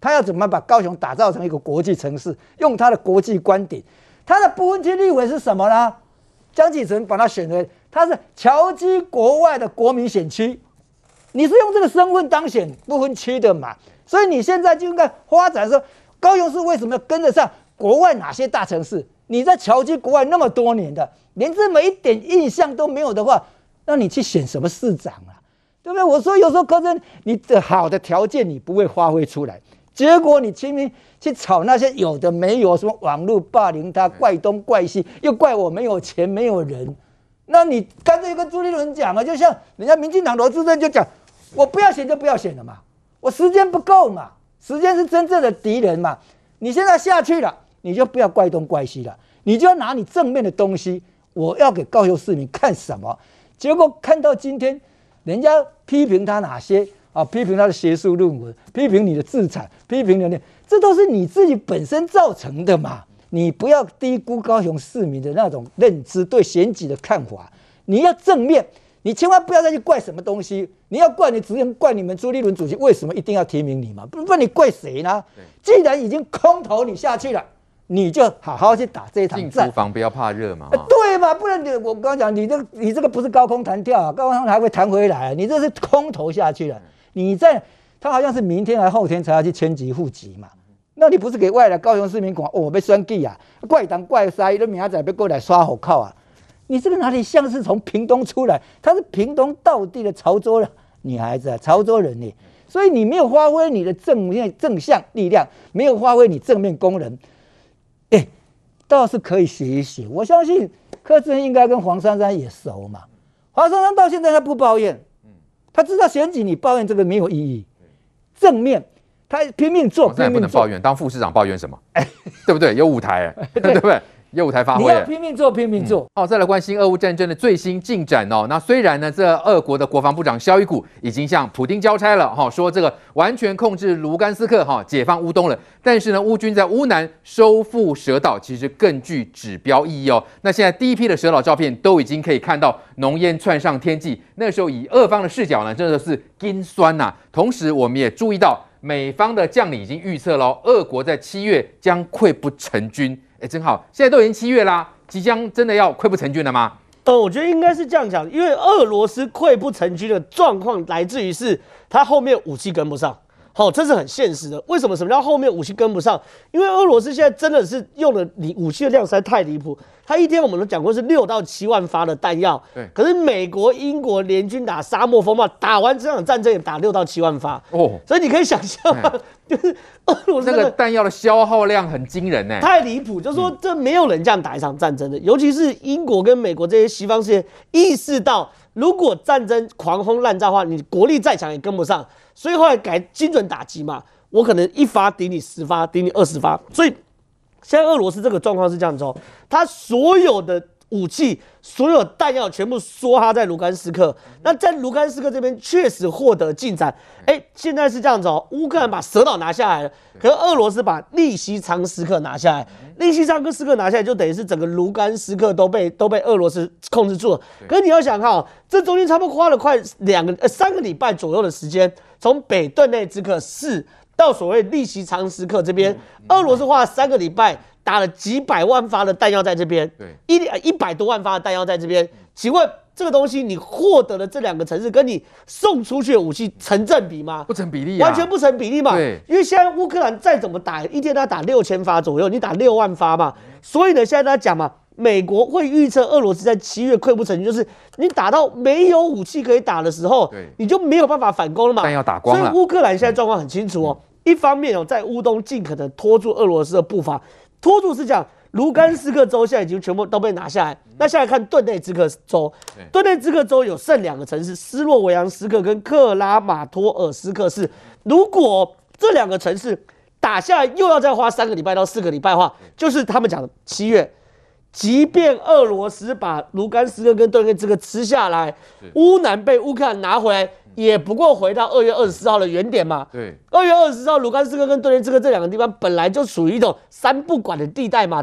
他要怎么把高雄打造成一个国际城市，用他的国际观点。他的不分区立委是什么呢？江启臣把他选为他是侨居国外的国民选区，你是用这个身份当选不分区的嘛？所以你现在就应该发展说，高雄市为什么要跟得上国外哪些大城市？你在侨居国外那么多年的，连这么一点印象都没有的话，那你去选什么市长啊？对不对？我说有时候柯震，你的好的条件你不会发挥出来，结果你清明去炒那些有的没有，什么网络霸凌他，怪东怪西，又怪我没有钱没有人。那你干脆跟朱立伦讲啊，就像人家民进党罗志正就讲，我不要选就不要选了嘛，我时间不够嘛，时间是真正的敌人嘛。你现在下去了，你就不要怪东怪西了，你就要拿你正面的东西，我要给高雄市民看什么？结果看到今天，人家批评他哪些啊？批评他的学术论文，批评你的资产，批评你，这都是你自己本身造成的嘛。你不要低估高雄市民的那种认知，对选举的看法，你要正面，你千万不要再去怪什么东西。你要怪，你只能怪你们朱立伦主席为什么一定要提名你嘛？不然你怪谁呢？既然已经空投你下去了，你就好好去打这一场战。 进厨房不要怕热嘛。 对嘛？不然我刚刚讲，你这个不是高空弹跳啊，高空弹跳还会弹回来，你这是空投下去了。他好像是明天还后天才要去迁籍户籍嘛。那你不是给外来高雄市民讲哦，要选举啊，怪东怪西，你明仔载要过来刷火靠啊？你这个哪里像是从屏东出来？他是屏东道地的潮州女孩子啊，潮州人呢，所以你没有发挥你的正向力量，没有发挥你正面功能，倒是可以学一学。我相信柯志恩应该跟黄珊珊也熟嘛。黄珊珊到现在他不抱怨，他知道选举你抱怨这个没有意义，正面。他拼命做， 现在不能抱怨，当副市长抱怨什么？对不对？有舞台，对不对？有舞台发挥， 你要拼命做，拼命做。 好，再来关心俄乌战争的最新进展哦。那虽然呢，这俄国的国防部长绍伊古已经向普丁交差了哈，说这个完全控制卢甘斯克哈，解放乌东了。但是呢，乌军在乌南收复蛇岛，其实更具指标意义哦。那现在第一批的蛇岛照片都已经可以看到浓烟窜上天际，那时候以俄方的视角呢，真的是心酸呐。同时，我们也注意到。美方的将领已经预测了，俄国在7月将溃不成军。真好，现在都已经7月啦，即将真的要溃不成军了吗？ 我觉得应该是这样讲，因为俄罗斯溃不成军的状况来自于是他后面武器跟不上。好，这是很现实的。为什么？什么叫后面武器跟不上？因为俄罗斯现在真的是用的武器的量实在太离谱。他一天我们都讲过是6到7万发的弹药，对。可是美国、英国联军打沙漠风暴，打完这场战争也打6到7万发哦。所以你可以想象，就是俄罗斯那个弹药的消耗量很惊人呢， 太离谱。就是说，这没有人这样打一场战争的，尤其是英国跟美国这些西方世界意识到，如果战争狂轰滥炸的话，你国力再强也跟不上。所以后来改精准打击嘛，我可能1发顶你10发，顶你20发。所以现在俄罗斯这个状况是这样子哦，他所有的武器、所有弹药全部梭哈在卢甘斯克。那在卢甘斯克这边确实获得进展。现在是这样子哦，乌克兰把蛇岛拿下来了，可是俄罗斯把利西昌斯克拿下来。利西昌斯克拿下来，就等于是整个卢甘斯克都被俄罗斯控制住了。可是你要想看哦，这中间差不多花了快3个礼拜左右的时间，从北顿内兹克市到所谓利西昌斯克这边，俄罗斯花了3个礼拜。打了几百万发的弹药在这边，对，100多万发的弹药在这边。请问这个东西你获得的这2个城市，跟你送出去的武器成正比吗？ 不成比例啊， 完全不成比例嘛。对，因为现在乌克兰再怎么打，一天他打6000发左右，你打6万发嘛。所以呢，现在他讲嘛，美国会预测俄罗斯在7月溃不成军，就是你打到没有武器可以打的时候，你就没有办法反攻了嘛。 弹药打光了。 所以乌克兰现在状况很清楚哦，一方面哦，在乌东尽可能拖住俄罗斯的步伐。拖住是讲卢甘斯克州现在已经全部都被拿下来，那下来看顿内兹克州，顿内兹克州有剩2个城市，斯洛维扬斯克跟克拉马托尔斯克市。如果这2个城市打下来，又要再花3个礼拜到4个礼拜的话，就是他们讲的7月。即便俄罗斯把卢甘斯克跟顿内兹克吃下来，乌南被乌克兰拿回来，也不过回到2月24号的原点嘛。对，2月24号，卢甘斯克跟顿内兹克这2个地方本来就属于一种3不管的地带嘛，对不对？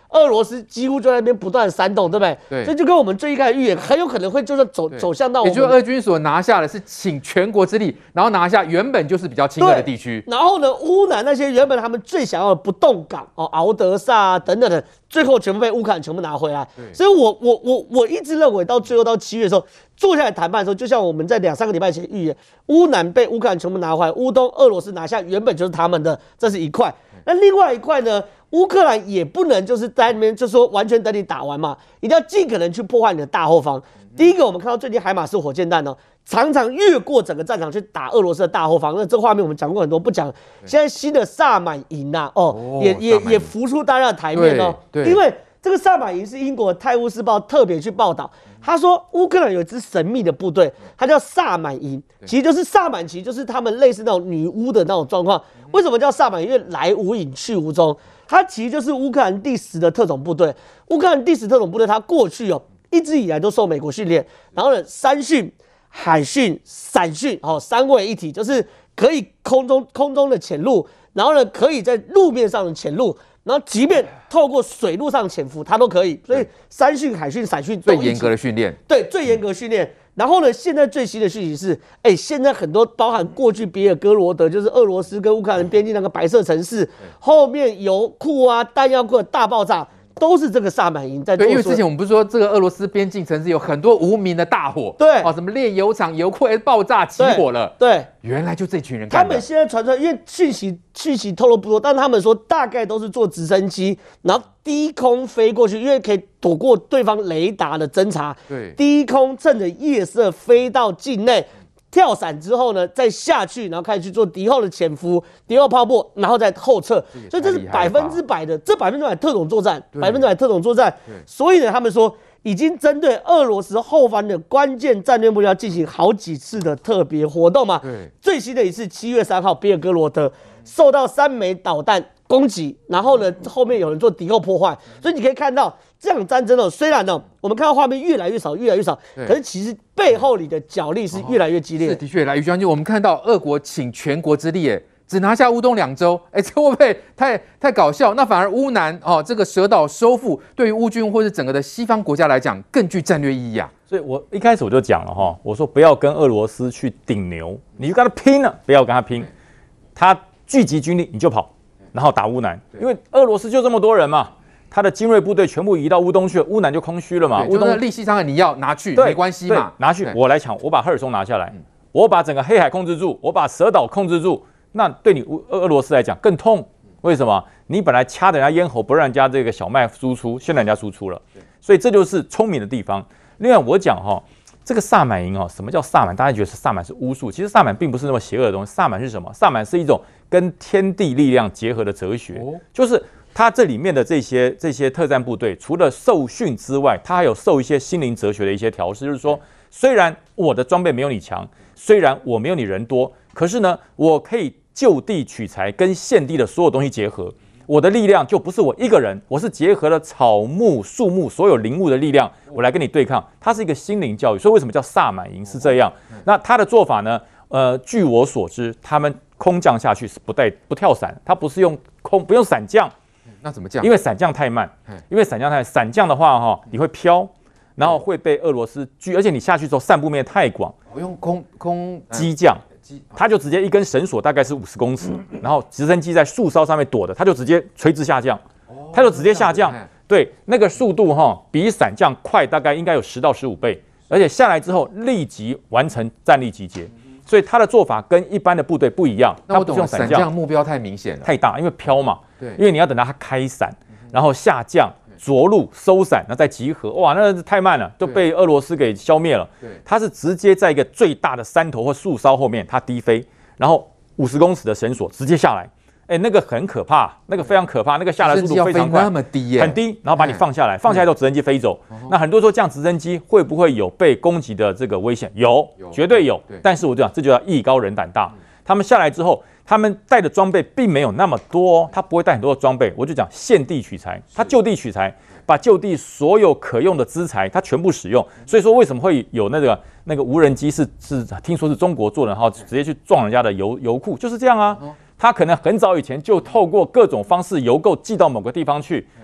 俄罗斯几乎就在那边不断的煽动，对不对？ 对， 这就跟我们最一开始预言，很有可能会就是走向到我们， 也就是俄军所拿下的是倾全国之力，然后拿下原本就是比较亲俄的地区。 然后呢，乌南那些原本他们最想要的不动港敖德萨啊等等的，最后全部被乌克兰全部拿回来。所以我一直认为到最后到7月的时候，坐下来谈判的时候，就像我们在2-3个礼拜前预言，乌南被乌克兰全部拿回来，乌东俄罗斯拿下原本就是他们的，这是一块。那另外一块呢？乌克兰也不能就是在那边就说完全等你打完嘛，一定要尽可能去破坏你的大后方。第一个，我们看到最近海马斯火箭弹常常越过整个战场去打俄罗斯的大后方。那这个画面我们讲过很多，不讲。现在新的萨满营也浮出大家的台面因为这个萨满营是英国《泰晤士报》特别去报道，他说乌克兰有一支神秘的部队，它叫萨满营，其实就是萨满旗，就是他们类似那种女巫的那种状况。为什么叫萨满营？因为来无影去无踪。它其实就是乌克兰第10的特种部队。乌克兰第10特种部队，它过去一直以来都受美国训练，然后呢，山训、海训、伞训，3位一体，就是可以空中的潜入，然后呢，可以在路面上的潜入，然后即便透过水路上潜伏，它都可以。所以山训、海训、伞训最严格的训练， 对，最严格的训练。然后呢，现在最新的讯息是，现在很多包含过去别尔哥罗德，就是俄罗斯跟乌克兰边境那个白色城市，后面油库啊、弹药库的大爆炸，都是这个萨满营在做。 对，因为之前我们不是说这个俄罗斯边境城市有很多无名的大火， 对， 什么炼油厂、油库爆炸起火了， 对， 原来就这群人干的。 他们现在传出来，因为讯息透露不多，但他们说大概都是坐直升机，然后低空飞过去，因为可以躲过对方雷达的侦察。 对， 低空趁着夜色飞到境内，跳伞之后呢，再下去，然后开始去做敌后的潜伏、敌后炮破，然后再后撤。所以这是100%的，这100%特种作战，100%特种作战。所以呢，他们说已经针对俄罗斯后方的关键战略目标进行好几次的特别活动嘛。最新的一次7月3号，别尔哥罗德受到3枚导弹攻击，然后呢，后面有人做敌后破坏，所以你可以看到这场战争虽然我们看到画面越来越少，可是其实背后里的角力是越来越激烈。 是的确，来于将军，我们看到俄国倾全国之力，只拿下乌东2州，这会不会太搞笑？那反而乌南这个蛇岛收复，对于乌军或是整个的西方国家来讲，更具战略意义啊。 所以我一开始我就讲了我说不要跟俄罗斯去顶牛，你就跟他拼了，不要跟他拼，他聚集军力你就跑。然后打乌南，因为俄罗斯就这么多人嘛，他的精锐部队全部移到乌东去了，乌南就空虚了嘛。 乌东的利西昌你要拿去没关系嘛， 拿去我来抢，我把赫尔松拿下来，我把整个黑海控制住，我把蛇岛控制住，那对你俄罗斯来讲更痛。为什么？你本来掐着人家咽喉不让人家这个小麦输出，现在人家输出了，所以这就是聪明的地方。另外我讲这个萨满营什么叫萨满？大家觉得萨满是巫术，其实萨满并不是那么邪恶的东西。萨满是什么？萨满是一种跟天地力量结合的哲学，就是它这里面的这些特战部队，除了受训之外，它还有受一些心灵哲学的一些调试，就是说，虽然我的装备没有你强，虽然我没有你人多，可是呢，我可以就地取材，跟现地的所有东西结合。我的力量就不是我一个人，我是结合了草木、树木所有灵物的力量，我来跟你对抗。它是一个心灵教育，所以为什么叫萨满营是这样？那他的做法呢？据我所知，他们空降下去是不跳伞，他不是不用伞降。 那怎么降？ 因为伞降太慢，伞降的话你会飘，然后会被俄罗斯而且你下去之后散布面太广， 我用空机降。他就直接一根绳索大概是50公尺，然后直升机在树梢上面躲的，他就直接垂直下降，对，那个速度比伞降快，大概应该有10到15倍，而且下来之后立即完成战力集结，所以他的做法跟一般的部队不一样。 那我懂，伞降目标太明显了， 太大，因为飘嘛， 对， 因为你要等到他开伞，然后下降。着陆收伞，然后再集合，哇，那太慢了，就被俄罗斯给消灭了。它是直接在一个最大的山头或树梢后面，它低飞，然后50公尺的绳索直接下来，那个很可怕，那个非常可怕，那个下来速度非常快， 那么低很低，然后把你放下来，放下来之后直升机飞走。那很多说这样直升机会不会有被攻击的这个危险？有，绝对有。但是我讲这就叫艺高人胆大，他们下来之后。他们带的装备并没有那么多，他不会带很多的装备。我就讲现地取材，他就地取材，把就地所有可用的资材，他全部使用。所以说为什么会有那个无人机是听说是中国做的，然后直接去撞人家的油库，就是这样啊。他可能很早以前就透过各种方式邮购寄到某个地方去，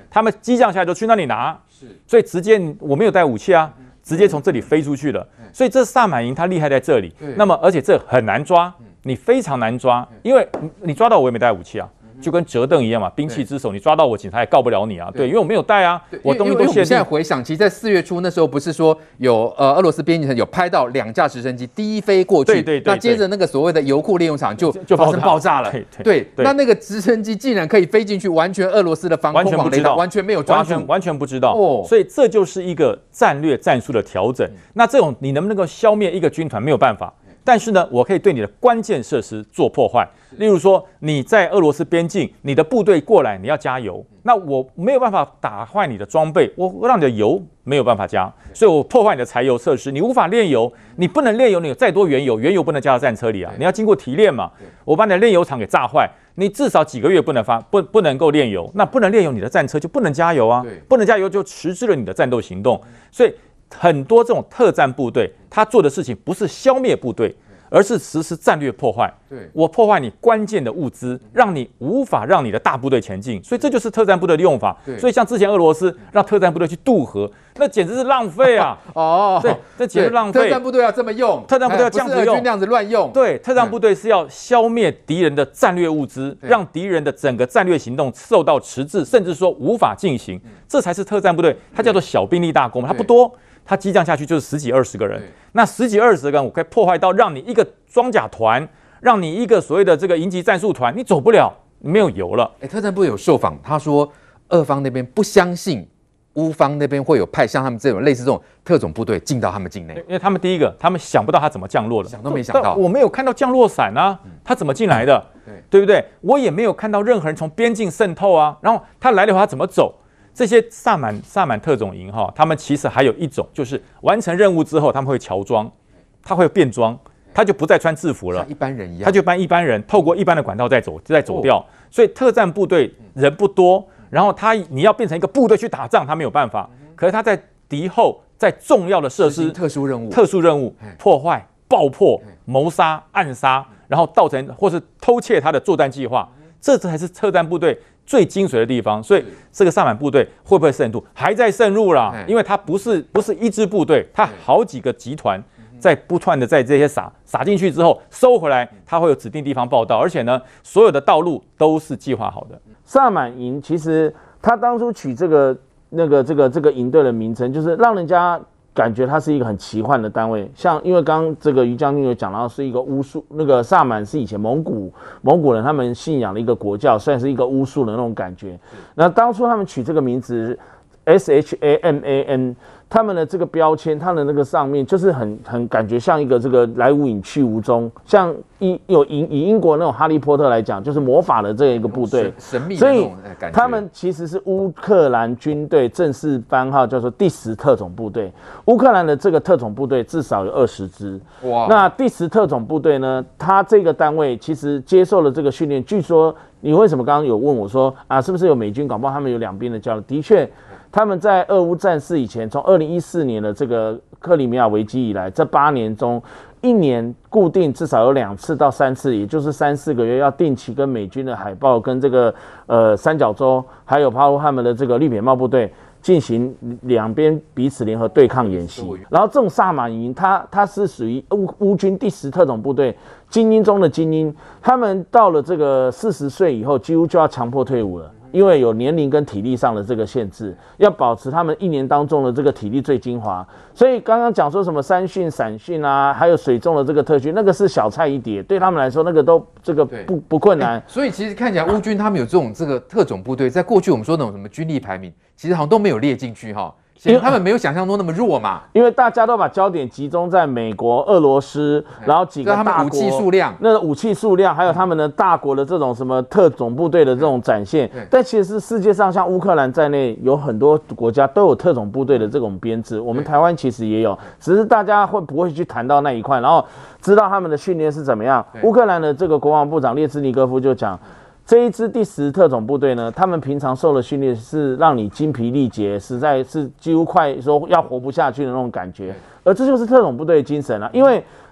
他们机降下来就去那里拿，所以直接我没有带武器啊，直接从这里飞出去了。所以这萨满营它厉害在这里。那么而且这很难抓，你非常难抓，因为你抓到我也没带武器啊。就跟折凳一样嘛，兵器之手，你抓到我，警察也告不了你啊。对，因为我没有带啊，我东西都限定。 现在回想，其实，在4月初那时候，不是说有俄罗斯边境层有拍到2架直升机第一飞过去，对，那接着那个所谓的油库炼油厂就发生爆炸了。对，那个直升机竟然可以飞进去，完全俄罗斯的防空网雷达完全没有抓住， 完全不知道。所以这就是一个战略战术的调整。那这种你能不能够消灭一个军团没有办法。但是呢，我可以对你的关键设施做破坏。例如说，你在俄罗斯边境，你的部队过来，你要加油，那我没有办法打坏你的装备，我让你的油没有办法加，所以我破坏你的柴油设施，你无法炼油，你不能炼油，你有再多原油不能加到战车里啊，你要经过提炼嘛。我把你的炼油厂给炸坏，你至少几个月不能够炼油，那不能炼油，你的战车就不能加油啊，不能加油就迟滞了你的战斗行动，所以。很多这种特战部队，他做的事情不是消灭部队，而是实施战略破坏。我破坏你关键的物资，让你无法让你的大部队前进。所以这就是特战部队的用法。所以像之前俄罗斯让特战部队去渡河，那简直是浪费啊！对，这简直浪费。 特战部队要这么用， 特战部队要这样子用， 那样子乱用。 对，特战部队是要消灭敌人的战略物资，让敌人的整个战略行动受到迟滞，甚至说无法进行。这才是特战部队，它叫做小兵力大功，它不多。他激将下去就是10几20个人，那10几20个人，我可以破坏到让你一个装甲团，让你一个所谓的这个营级战术团，你走不了，没有油了。 特战部有受访，他说俄方那边不相信乌方那边会有派像他们这种类似这种特种部队进到他们境内， 因为他们第一个，他们想不到他怎么降落的， 想都没想到。 我没有看到降落伞啊，他怎么进来的？对不对？我也没有看到任何人从边境渗透啊，然后他来的话他怎么走？这些萨满特种营他们其实还有一种，就是完成任务之后他们会乔装，他会变装，他就不再穿制服了， 像一般人一样， 他就扮一般人，透过一般的管道再走掉。所以特战部队人不多，然后你要变成一个部队去打仗，他没有办法。可是他在敌后，在重要的设施、 特殊任务破坏、爆破、谋杀、暗杀，然后造成或是偷窃他的作战计划，这才是特战部队最精髓的地方。所以这个萨满部队会不会渗入？还在渗入啦，因为它不是一支部队，它好几个集团在不断的在这些撒进去之后收回来，它会有指定地方报道，而且呢，所有的道路都是计划好的。 萨满营其实他当初取这个营队的名称，就是让人家感觉它是一个很奇幻的单位，像因为刚刚这个于将军有讲到是一个巫术，那个萨满是以前蒙古人他们信仰的一个国教，算是一个巫术的那种感觉。那当初他们取这个名字 SHAMAN， 他们的这个标签，它的那个上面就是很感觉像一个这个来无影去无踪，像以英国那种哈利波特来讲，就是魔法的这一个部队， 神秘的那种感觉。 他们其实是乌克兰军队正式番号叫做第10特种部队。乌克兰的这个特种部队至少有20支。哇！那第10特种部队呢，它这个单位其实接受了这个训练。据说你为什么刚刚有问我说啊，是不是有美军搞不好他们有两边的交流？的确。他们在俄乌战事以前，从2014年的这个克里米亚危机以来，这8年中，一年固定至少有2次到3次，也就是3、4个月，要定期跟美军的海豹跟这个三角洲，还有包括他们的这个绿扁帽部队进行两边彼此联合对抗演习。然后这种萨满营，它是属于乌军第10特种部队精英中的精英，他们到了这个40岁以后，几乎就要强迫退伍了。因为有年龄跟体力上的这个限制，要保持他们1年当中的这个体力最精华，所以刚刚讲说什么山训、散训啊，还有水中的这个特训，那个是小菜一碟，对他们来说那个都这个不困难。 所以其实看起来乌军他们有这种这个特种部队，在过去我们说那种什么军力排名，其实好像都没有列进去哈。因为他们没有想象中那么弱嘛， 因为大家都把焦点集中在美国、俄罗斯，然后几个大国， 他们武器数量， 那个武器数量，还有他们的大国的这种什么特种部队的这种展现。但其实世界上像乌克兰在内，有很多国家都有特种部队的这种编制，我们台湾其实也有，只是大家会不会去谈到那一块，然后知道他们的训练是怎么样。乌克兰的这个国防部长列兹尼科夫就讲。这一支第10特种部队呢，他们平常受的训练是让你精疲力竭，实在是几乎快说要活不下去的那种感觉，而这就是特种部队的精神啊。因为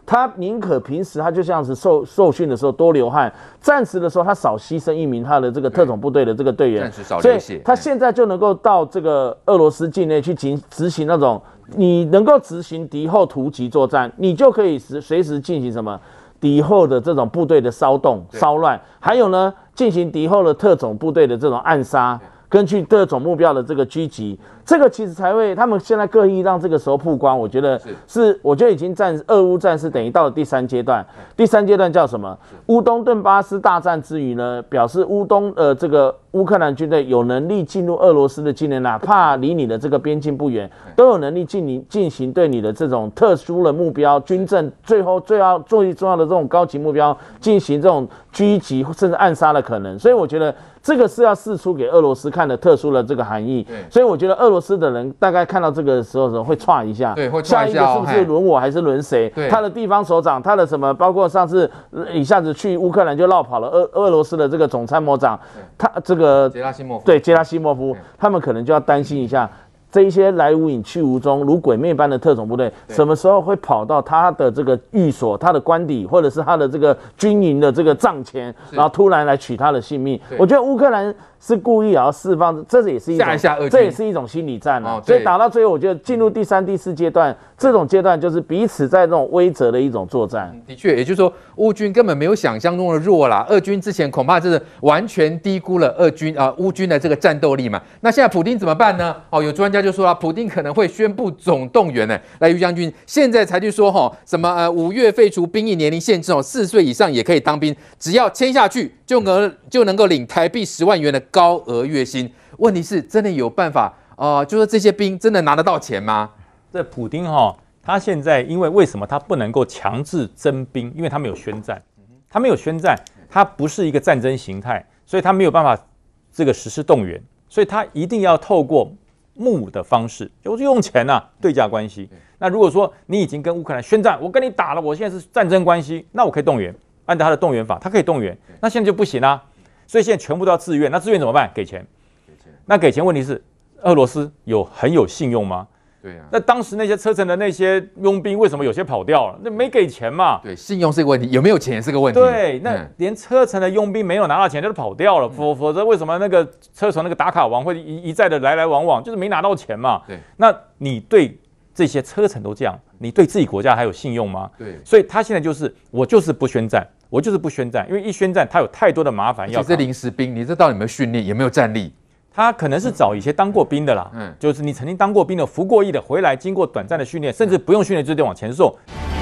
他宁可平时他就像是受训的时候多流汗，战时的时候他少牺牲一名他的这个特种部队的这个队员， 战时少流血， 所以他现在就能够到这个俄罗斯境内去执行那种你能够执行敌后突击作战，你就可以随时进行什么敌后的这种部队的骚动骚乱，还有呢进行敌后的特种部队的这种暗杀。根据各种目标的这个狙击，这个其实才会他们现在刻意让这个时候曝光，我觉得我觉得已经俄乌战是等于到了第3阶段。第3阶段叫什么？乌东顿巴斯大战之余呢，表示这个乌克兰军队有能力进入俄罗斯的境内，哪怕离你的这个边境不远，都有能力进行对你的这种特殊的目标、军政最重要的这种高级目标进行这种狙击甚至暗杀的可能。所以我觉得这个是要释出给俄罗斯看的特殊的这个含义。所以我觉得俄罗斯的人大概看到这个时候会唰一下， 对，会下一个是不是轮我还是轮谁？他的地方首长，他的什么，包括上次一下子去乌克兰就绕跑了俄罗斯的这个总参谋长，他这个杰拉西莫夫， 对，杰拉西莫夫，他们可能就要担心一下。这一些来无影去无踪、如鬼魅般的特种部队，什么时候会跑到他的这个寓所、他的官邸，或者是他的这个军营的这个帐前，然后突然来取他的性命？我觉得乌克兰是故意要释放，这也是一种心理战啊。所以打到最后，我觉得进入第3、第4阶段，这种阶段就是彼此在这种威慑的一种作战。 的确，也就是说，乌军根本没有想象中的弱啦。俄军之前恐怕是完全低估了乌军的这个战斗力嘛。那现在普丁怎么办呢？有专家就说了，普丁可能会宣布总动员呢。来，于将军，现在才去说什么5月废除兵役年龄限制4岁以上也可以当兵，只要签下去就能够领台币10万元的高额月薪。问题是，真的有办法就说这些兵真的拿得到钱吗？ 这普丁他现在为什么他不能够强制征兵？因为他没有宣战，他不是一个战争形态，所以他没有办法这个实施动员，所以他一定要透过募的方式，就是用钱对价关系。那如果说你已经跟乌克兰宣战，我跟你打了，我现在是战争关系，那我可以动员，按照他的动员法，他可以动员。那现在就不行啊，所以现在全部都要自愿。那自愿怎么办？给钱。那给钱问题是，俄罗斯很有信用吗？ 对啊， 那当时那些车臣的那些佣兵为什么有些跑掉了？那没给钱嘛？ 对，信用是个问题，有没有钱也是个问题。 对，那连车臣的佣兵没有拿到钱，就跑掉了。否则为什么那个车臣那个打卡王会一再的来来往往，就是没拿到钱嘛？ 对， 那你对这些车臣都这样，你对自己国家还有信用吗？ 对， 所以他现在我就是不宣战，因为一宣战他有太多的麻烦要。 这临时兵，你这到底有没有训练，有没有战力？ 他可能是找一些当过兵的啦，就是你曾经当过兵的、服过役的，回来经过短暂的训练，甚至不用训练就得往前送。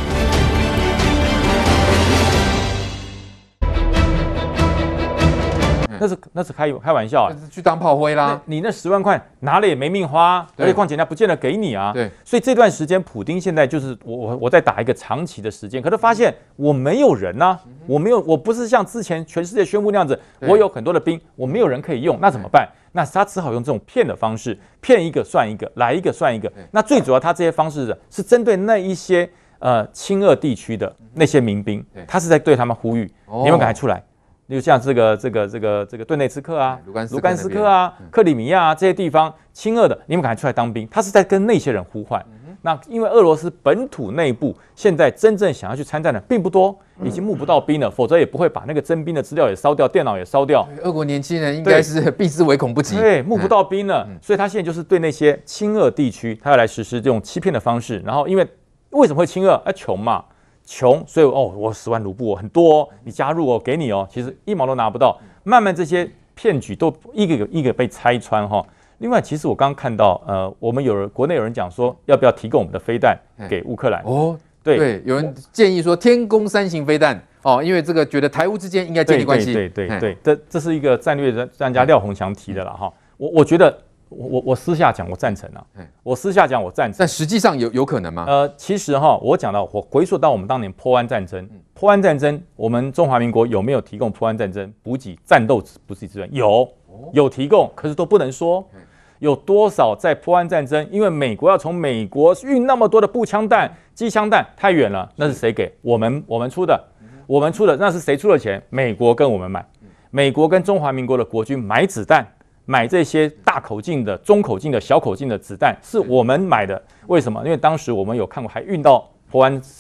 那是开玩笑去当炮灰啦。 你那10万块拿了也没命花，而且况且人家不见得给你啊。 对， 所以这段时间，普丁现在就是我在打一个长期的时间，可是发现我没有人啊，我不是像之前全世界宣布那样子，我有很多的兵，我没有人可以用，那怎么办？那他只好用这种骗的方式，骗一个算一个，来一个算一个。那最主要，他这些方式是针对那一些亲俄地区的那些民兵，他是在对他们呼吁，你们赶快出来。就像这个顿内茨克啊、卢甘斯克啊、克里米亚啊这些地方亲俄的，你们赶快出来当兵。他是在跟那些人呼唤。那因为俄罗斯本土内部现在真正想要去参战的并不多，已经募不到兵了，否则也不会把那个征兵的资料也烧掉，电脑也烧掉。 俄国年轻人应该是避之唯恐不及。 对，募不到兵了，所以他现在就是对那些亲俄地区，他要来实施这种欺骗的方式。然后为什么会亲俄？穷嘛。穷，所以我10万卢布很多你加入我给你其实1毛都拿不到。慢慢这些骗局都一个一个被拆穿另外，其实我刚刚看到我们国内有人讲说，要不要提供我们的飞弹给乌克兰？ 对，有人建议说天弓3型飞弹因为这个觉得台乌之间应该建立关系。 对，这是一个战略专家廖鸿强提的了我觉得。我私下讲，我赞成但实际上有可能吗？ 其实我讲到，我回溯到我们当年波湾战争，我们中华民国有没有提供波湾战争补给战斗补给资源？有提供，可是都不能说有多少在波湾战争，因为美国要从美国运那么多的步枪弹、机枪弹太远了，那是谁给？我们出的，那是谁出的钱？美国跟我们买，美国跟中华民国的国军买子弹。买这些大口径的、中口径的、小口径的子弹是我们买的，为什么？因为当时我们有看过，还运到波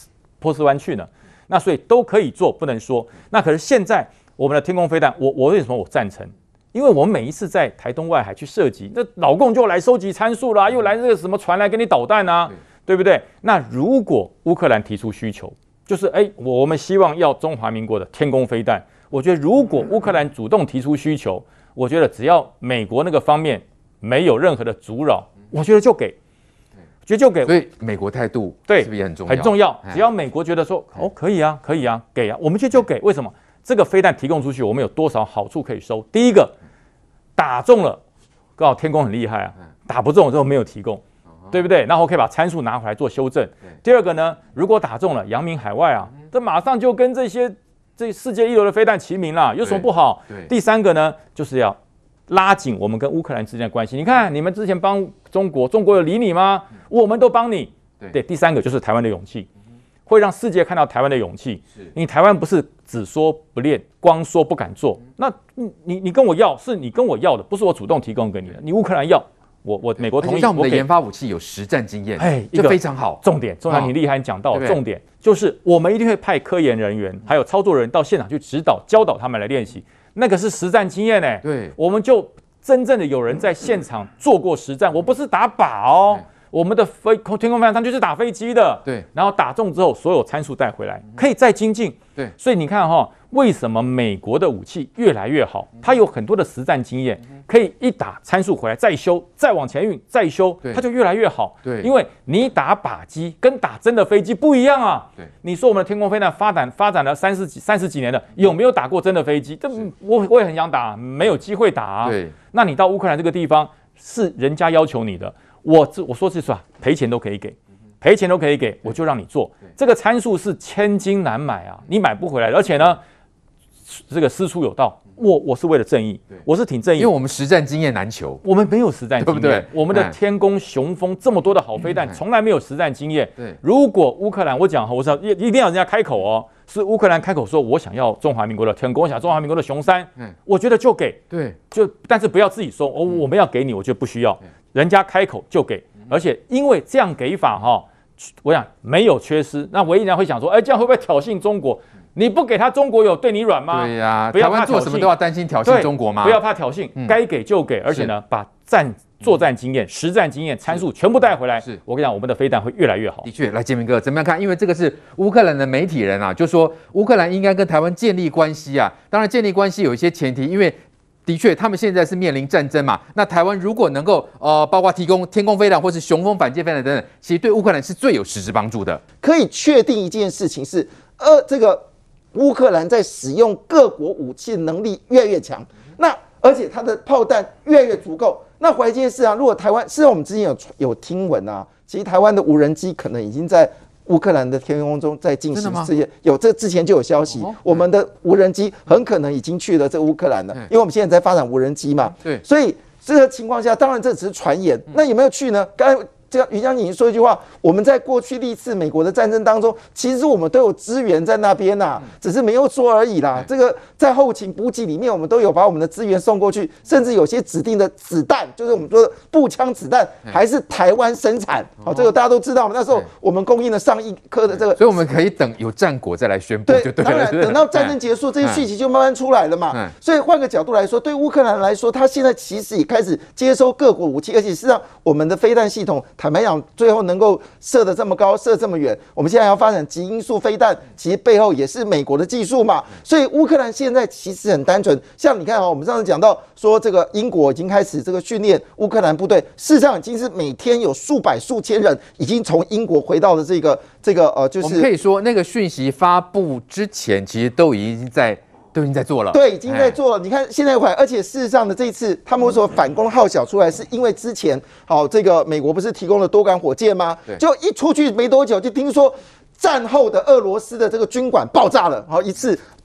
波斯湾去呢。那所以都可以做，不能说。那可是现在我们的天空飞弹，我为什么我赞成？因为我们每一次在台东外海去射击，那老共就来收集参数啦，又来这个什么船来给你导弹啊，对不对？那如果乌克兰提出需求，就是我们希望要中华民国的天空飞弹，我觉得如果乌克兰主动提出需求，我觉得只要美国那个方面没有任何的阻扰，我觉得就给。就给， 所以美国态度对是不是也很重要？ 很重要。只要美国觉得说可以啊，可以啊，给啊，我们就给。为什么？这个飞弹提供出去，我们有多少好处可以收？第一个，打中了，刚好天空很厉害啊，打不中之后没有提供，对不对？然后可以把参数拿回来做修正。第二个呢，如果打中了，扬名海外啊，这马上就跟这世界一流的飞弹齐名了，有什么不好？第三个呢，就是要拉紧我们跟乌克兰之间的关系。你看，你们之前帮中国有理你吗？我们都帮你。对，第三个就是台湾的勇气，会让世界看到台湾的勇气。你台湾不是只说不练，光说不敢做。那你跟我要，是你跟我要的，不是我主动提供给你的。你乌克兰要，我美国同意。 像我们的研发武器有实战经验，这非常好。 重点，你厉害，你讲到重点就是我们一定会派科研人员还有操作人到现场去指导、教导他们来练习。那个是实战经验呢， 对， 我们就真正的有人在现场做过实战，我不是打靶哦，我们的天空飞弹它就是打飞机的， 对， 然后打中之后所有参数带回来，可以再精进， 对， 所以你看为什么美国的武器越来越好？它有很多的实战经验，可以一打参数回来再修，再往前运，再修，它就越来越好。 对， 因为你打靶机跟打真的飞机不一样啊。 对， 你说我们的天空飞弹发展了三十几年了，有没有打过真的飞机？这我也很想打，没有机会打啊。 对， 那你到乌克兰这个地方是人家要求你的，我说句实话，赔钱都可以给。赔钱都可以给，我就让你做。这个参数是千金难买啊，你买不回来的。而且呢，这个师出有道，我是为了正义，我是挺正义， 因为我们实战经验难求， 我们没有实战经验， 对不对？ 我们的天宫雄风这么多的好飞弹，从来没有实战经验。 对， 如果乌克兰，我讲我知道一定要人家开口哦，是乌克兰开口说我想要中华民国的天宫，我想要中华民国的雄三，我觉得就给， 对， 但是不要自己说我们要给你，我觉得不需要，人家开口就给，而且因为这样给法我想没有缺失，那唯一人会想说，这样会不会挑衅中国？你不给他，中国有对你软吗？ 对呀， 不要怕台湾做什么都要担心挑衅中国吗？ 不要怕挑衅，该给就给，而且呢，把作战经验、实战经验、参数全部带回来。是我跟你讲，我们的飞弹会越来越好。 的确，来建明哥怎么样看？因为这个是乌克兰的媒体人啊，就说乌克兰应该跟台湾建立关系啊。当然，建立关系有一些前提，因为的确，他们现在是面临战争嘛。那台湾如果能够包括提供天空飞弹或是雄风反舰飞弹等等，其实对乌克兰是最有实质帮助的。 可以确定一件事情是，这个乌克兰在使用各国武器的能力越来越强，那而且它的炮弹越来越足够。那怀一件事啊，如果台湾，事实上我们之前有听闻啊，其实台湾的无人机可能已经在乌克兰的天空中在进行这些，这之前就有消息，我们的无人机很可能已经去了这乌克兰了，因为我们现在在发展无人机嘛。 对， 所以这个情况下，当然这只是传言，那有没有去呢？刚才这样于将军说一句话，我们在过去历次美国的战争当中，其实我们都有资源在那边呐，只是没有说而已啦。这个在后勤补给里面，我们都有把我们的资源送过去，甚至有些指定的子弹，就是我们说的步枪子弹，还是台湾生产。好，这个大家都知道嘛。那时候我们供应了上亿颗的这个， 所以我们可以等有战果再来宣布就对了。 当然，等到战争结束，这些讯息就慢慢出来了嘛。所以换个角度来说，对乌克兰来说，他现在其实也开始接收各国武器，而且事实上我们的飞弹系统，坦白讲，最后能够射得这么高、射这么远，我们现在要发展极音速飞弹，其实背后也是美国的技术嘛。所以乌克兰现在其实很单纯，像你看我们上次讲到说，这个英国已经开始这个训练乌克兰部队，事实上已经是每天有数百、数千人已经从英国回到了这个就是我们可以说那个讯息发布之前，其实都已经在做了， 对，已经在做了。你看现在而且事实上的这一次，他们为什么反攻号小出来，是因为之前这个美国不是提供了多管火箭吗？就一出去没多久，就听说战后的俄罗斯的这个军管爆炸了，一次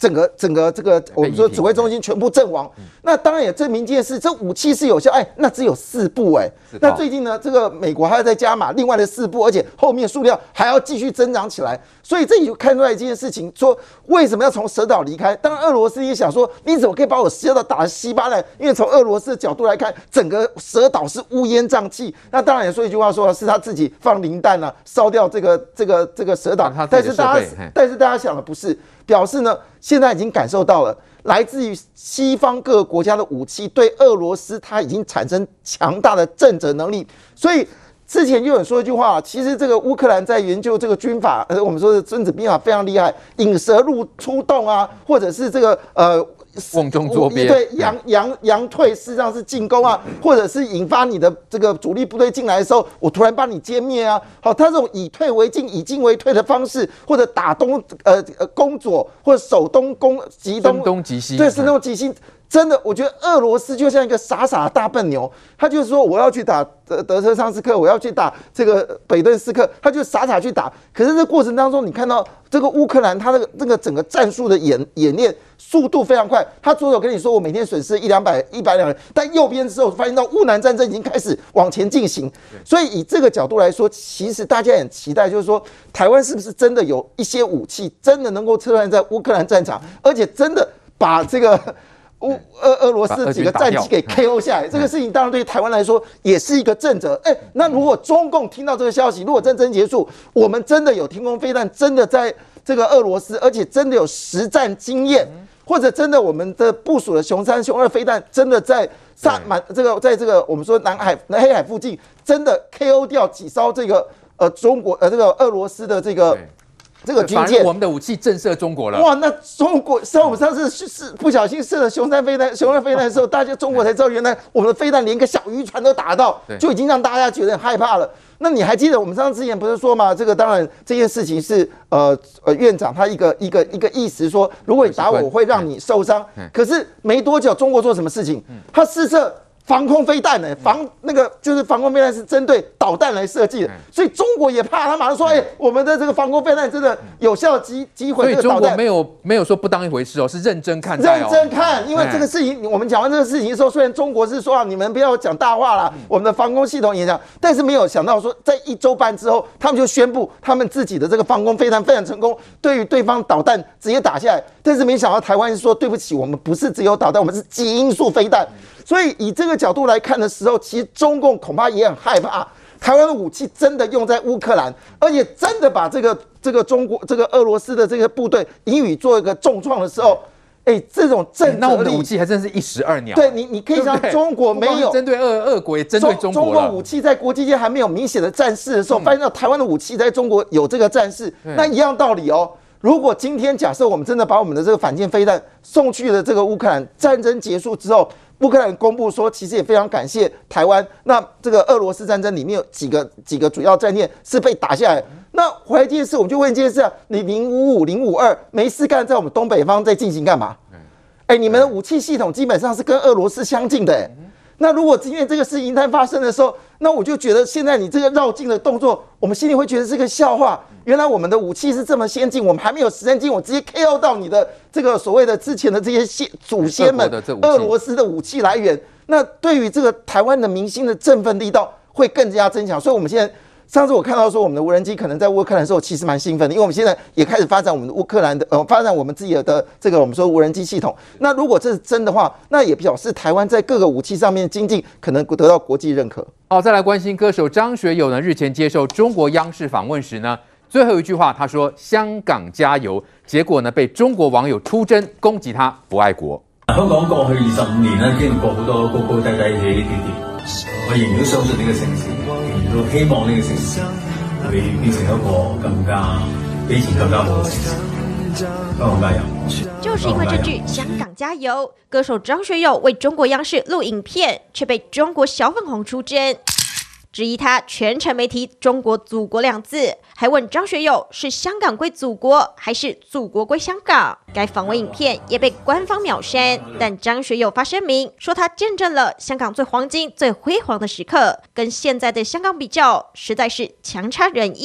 整个这个我们说指挥中心全部阵亡。那当然也证明一件事，这武器是有效。那只有4部那最近呢，这个美国还要再加码另外的4部，而且后面数量还要继续增长起来。所以这里就看出来一件事情，说为什么要从蛇岛离开？当然俄罗斯也想说，你怎么可以把我蛇岛打得稀巴烂？因为从俄罗斯的角度来看，整个蛇岛是乌烟瘴气。那当然也说一句话说，是他自己放磷弹烧掉这个蛇岛。但是大家想的不是，表示呢，现在已经感受到了来自于西方各个国家的武器对俄罗斯它已经产生强大的震慑能力。所以之前就有人说一句话，其实这个乌克兰在研究这个军法，我们说的孙子兵法非常厉害，引蛇入出洞啊，或者是这个瓮中捉鳖， 对，佯退事实上是进攻啊，或者是引发你的这个主力部队进来的时候，我突然把你歼灭啊。好，他这种以退为进、以进为退的方式，或者打东攻左，或者守东攻击东， 声东击西， 对，声东击西。真的，我觉得俄罗斯就像一个傻傻的大笨牛，他就是说我要去打德车桑斯克，我要去打这个北顿斯克，他就傻傻去打。可是这过程当中，你看到这个乌克兰，他的这个整个战术的演练速度非常快。他左手跟你说我每天损失100-200人，但右边之后发现到乌南战争已经开始往前进行。所以以这个角度来说，其实大家也很期待，就是说台湾是不是真的有一些武器，真的能够策换在乌克兰战场，而且真的把这个俄罗斯几个战机给 KO 下来，这个事情当然对台湾来说也是一个震慑。那如果中共听到这个消息，如果战争结束，我们真的有天空飞弹，真的在这个俄罗斯，而且真的有实战经验，或者真的我们的部署的熊3、熊2飞弹，真的在在这个我们说黑海附近，真的 KO 掉几艘这个中国这个俄罗斯的这个军舰， 我们的武器震慑中国了。 哇，那中国，我们上次是不小心射了熊3飞弹、熊2飞弹的时候，中国才知道原来我们的飞弹连个小渔船都打得到，就已经让大家觉得很害怕了。那你还记得我们之前不是说嘛？这个当然这件事情是院长他一个意思说，如果你打我会让你受伤。可是没多久，中国做什么事情？他试射防空飞弹就是防空飞弹是针对导弹来设计的，所以中国也怕，他马上说，我们的这个防空飞弹真的有效击毁这个导弹。 所以中国没有说不当一回事是认真看待认真看，因为这个事情，我们讲完这个事情的时候，虽然中国是说你们不要讲大话啦，我们的防空系统也讲，但是没有想到说，在1周半之后，他们就宣布他们自己的这个防空飞弹非常成功，对于对方导弹直接打下来。但是没想到台湾说对不起，我们不是只有导弹，我们是极音速飞弹。所以以这个角度来看的时候，其实中共恐怕也很害怕台湾的武器真的用在乌克兰，而且真的把这个中国这个俄罗斯的这个部队引予做一个重创的时候，这种震慑力， 那我们的武器还真是一石二鸟。 对，你可以想，中国没有针对俄国，也针对中国了。 中国武器在国际间还没有明显的战事的时候，发现到台湾的武器在中国有这个战事，那一样道理哦。如果今天假设我们真的把我们的这个反舰飞弹送去了这个乌克兰，战争结束之后，乌克兰公布说，其实也非常感谢台湾。那这个俄罗斯战争里面有几个主要战舰是被打下来。那回来这件事，我们就问一件事啊：你055、052没事干，在我们东北方在进行干嘛？你们的武器系统基本上是跟俄罗斯相近的。那如果今天这个事情一旦发生的时候，那我就觉得现在你这个绕境的动作，我们心里会觉得是个笑话。原来我们的武器是这么先进，我们还没有实战经验，我直接 KO 到你的这个所谓的之前的这些祖先们，俄罗斯的武器来源。那对于这个台湾的民心的振奋力道会更加增强。所以我们现在。上次我看到说我们的无人机可能在乌克兰的时候，其实蛮兴奋的，因为我们现在也开始发展我们的乌克兰的发展我们自己的这个我们说无人机系统。那如果这是真的话，那也表示台湾在各个武器上面精进可能得到国际认可。 好，再来关心歌手张学友呢，日前接受中国央视访问时呢，最后一句话他说香港加油，结果呢被中国网友出征攻击他不爱國。 香港過去25年咧，經歷過好多高高低低嘅啲跌跌，我仍然都相信呢個城市。都希望呢個城市會變成一個更加比以前更加好嘅城市。香港加油！ 就是因为这句"香港加油"，歌手张学友为中国央视录影片，却被中国小粉红出征，质疑他全程没提中国祖国2字，还问张学友是香港归祖国还是祖国归香港。该访问影片也被官方秒删，但张学友发声明说，他见证了香港最黄金、最辉煌的时刻，跟现在的香港比较，实在是强差人意。特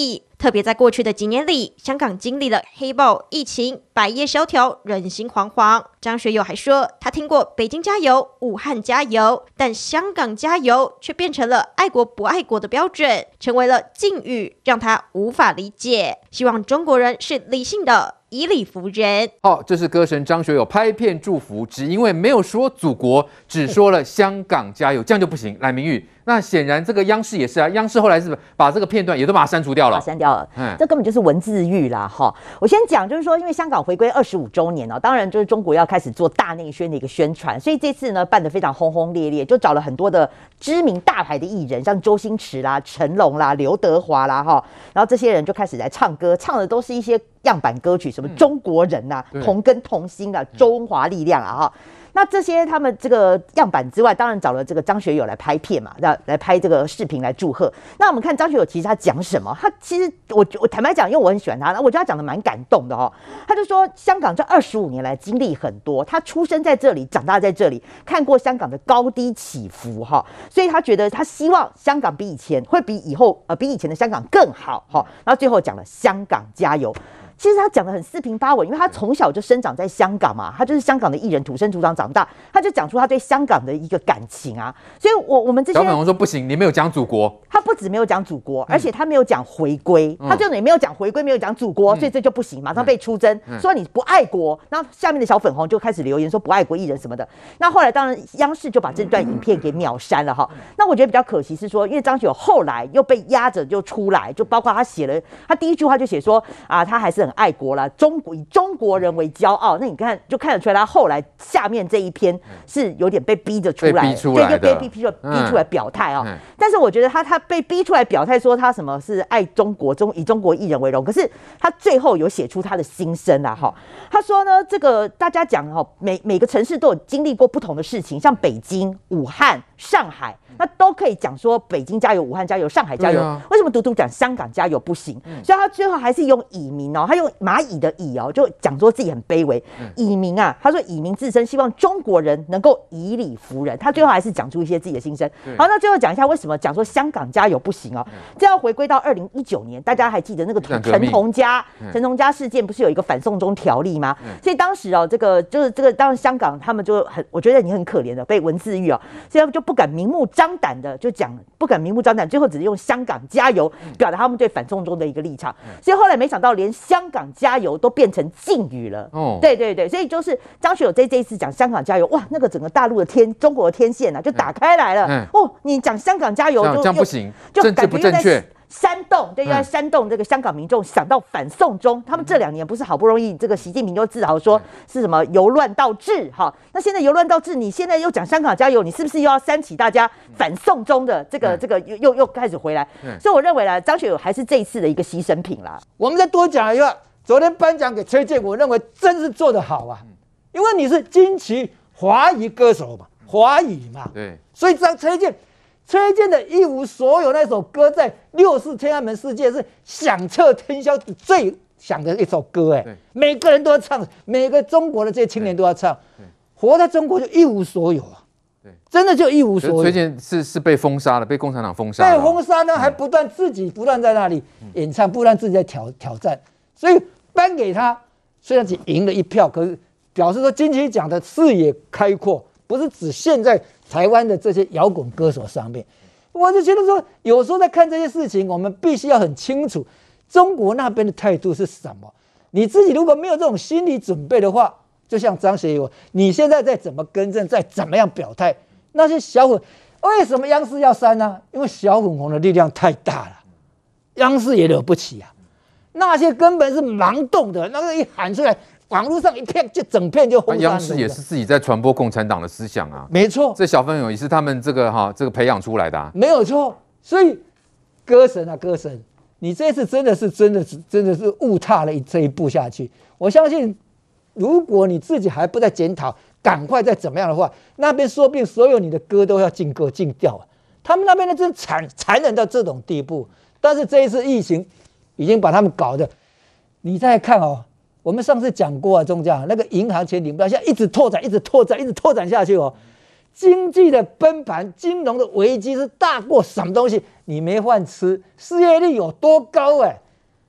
特别在过去的几年里，香港经历了黑暴、疫情、百业萧条，人心惶惶。张学友还说，他听过北京加油、武汉加油，但香港加油却变成了爱国不爱国的标准，成为了禁语，让他无法理解。希望中国人是理性的，以理服人。 好，这是歌神张学友拍片祝福，只因为没有说祖国，只说了香港加油，这样就不行。来，明玉，那显然这个央视也是啊，央视后来是把这个片段也都把它删除掉了， 删掉了。这根本就是文字狱啦，哈。我先讲，就是说，因为香港回归25周年哦，当然就是中国要开始做大内宣的一个宣传，所以这次呢办得非常轰轰烈烈，就找了很多的知名大牌的艺人，像周星驰啦、成龙啦、刘德华啦，哈，然后这些人就开始来唱歌，唱的都是一些样板歌曲，什么中国人呐、同根同心啊、中华力量啊，哈。那这些他们这个样板之外，当然找了这个张学友来拍片嘛，来拍这个视频来祝贺。那我们看张学友其实他讲什么？他其实我坦白讲，因为我很喜欢他，我觉得他讲的蛮感动的哦。他就说香港这25年来经历很多，他出生在这里，长大在这里，看过香港的高低起伏哈，所以他觉得他希望香港比以前会比以前的香港更好哈。然后最后讲了香港加油。其实他讲的很四平八稳，因为他从小就生长在香港嘛，他就是香港的艺人，土生土长长大，他就讲出他对香港的一个感情啊。所以我们这些小粉红说不行，你没有讲祖国， 他不止没有讲祖国，而且他没有讲回归，他就也没有讲回归，没有讲祖国，所以这就不行，马上被出征，说你不爱国。然后下面的小粉红就开始留言说不爱国艺人什么的。那后来当然央视就把这段影片给秒删了哈。那我觉得比较可惜是说，因为张学友后来又被压着就出来，就包括他写了，他第一句话就写说啊，他还是很爱国啦，以中国人为骄傲。那你看就看得出来，他后来下面这一篇是有点被逼着出来， 被逼出来的， 对，被逼出来表态啊。但是我觉得他被逼出来表态，说他什么是爱中国，以中国艺人为荣。可是他最后有写出他的心声啦，哈。他说呢，这个大家讲哈，每个城市都有经历过不同的事情，像北京、武汉、上海。那都可以讲说北京加油、武汉加油、上海加油，为什么独独讲香港加油不行？所以他最后还是用以民哦，他用蚂蚁的蚁哦，就讲说自己很卑微。以民啊，他说以民自身，希望中国人能够以理服人。他最后还是讲出一些自己的心声。好，那最后讲一下为什么讲说香港加油不行哦？这要回归到2019年，大家还记得那个陈同佳事件，不是有一个反送中条例吗？所以当时哦，这个当然香港他们就很，我觉得你很可怜的，被文字狱哦，所以他们就不敢明目张胆的就讲，不敢明目张胆，最后只是用香港加油表达他们对反送中的一个立场。所以后来没想到连香港加油都变成禁语了。对，所以就是张学友这一次讲香港加油，哇，那个整个大陆的中国的天线啊就打开来了。你讲香港加油这样不行，政治不正确。 煽动，对，要煽动这个香港民众想到反送中。他们这2年不是好不容易，这个习近平就自豪说是什么由乱到治，哈。那现在由乱到治，你现在又讲香港加油，你是不是又要煽起大家反送中的这个又开始回来？所以我认为呢，张学友还是这一次的一个牺牲品啦。 我们再多讲一个，昨天颁奖给崔健，我认为真是做得好啊，因为你是金曲华语歌手嘛，华语嘛， 对， 所以崔健的一无所有那首歌，在64天安门世界是响彻天霄最响的一首歌，每个人都要唱，每个中国的这些青年都要唱，活在中国就一无所有啊，真的就一无所有。 崔健是被封杀了，被共产党封杀了， 被封杀呢，还自己不断在那里演唱，不断自己在挑战，所以颁给他，虽然只赢了1票，可是表示说金曲奖的视野开阔，不是只限在台湾的这些摇滚歌手上面。我就觉得说，有时候在看这些事情，我们必须要很清楚中国那边的态度是什么。你自己如果没有这种心理准备的话，就像张学友，你现在再怎么更正，再怎么样表态，那些小粉为什么央视要删呢？因为小粉红的力量太大了，央视也惹不起啊。那些根本是盲动的，那个一喊出来，网络上一片就整片就轰炸。 央视也是自己在传播共产党的思想啊， 没错。 这小粉友也是他们这个培养出来的， 没有错。所以歌神，你这次真的是误踏了这一步下去。我相信，如果你自己还不再检讨，赶快再怎么样的话，那边说不定所有你的歌都要禁歌禁调。他们那边的真残忍到这种地步。但是这一次疫情已经把他们搞得，你再看哦。我们上次讲过啊，中将那个银行钱领不到，现在一直拓展下去哦。经济的崩盘，金融的危机是大过什么东西？你没饭吃，失业率有多高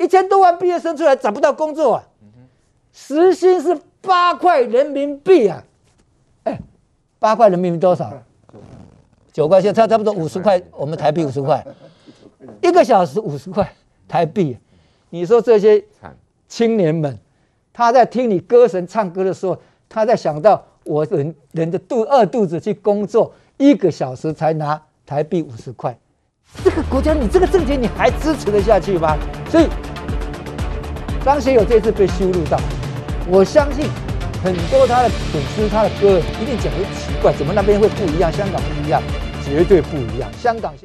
1000多万毕业生出来找不到工作啊，时薪是8块人民币啊，8块人民币多少？9块，现在差不多50块，我们台币50块，1个小时50块台币。你说这些青年们，他在听你歌神唱歌的时候，他在想到我人的饿肚子去工作，1个小时才拿台币50块，这个国家你这个政权你还支持得下去吗？所以张学友这次被羞辱到，我相信很多他的粉丝、他的歌一定讲得奇怪，怎么那边会不一样，香港不一样，绝对不一样，香港。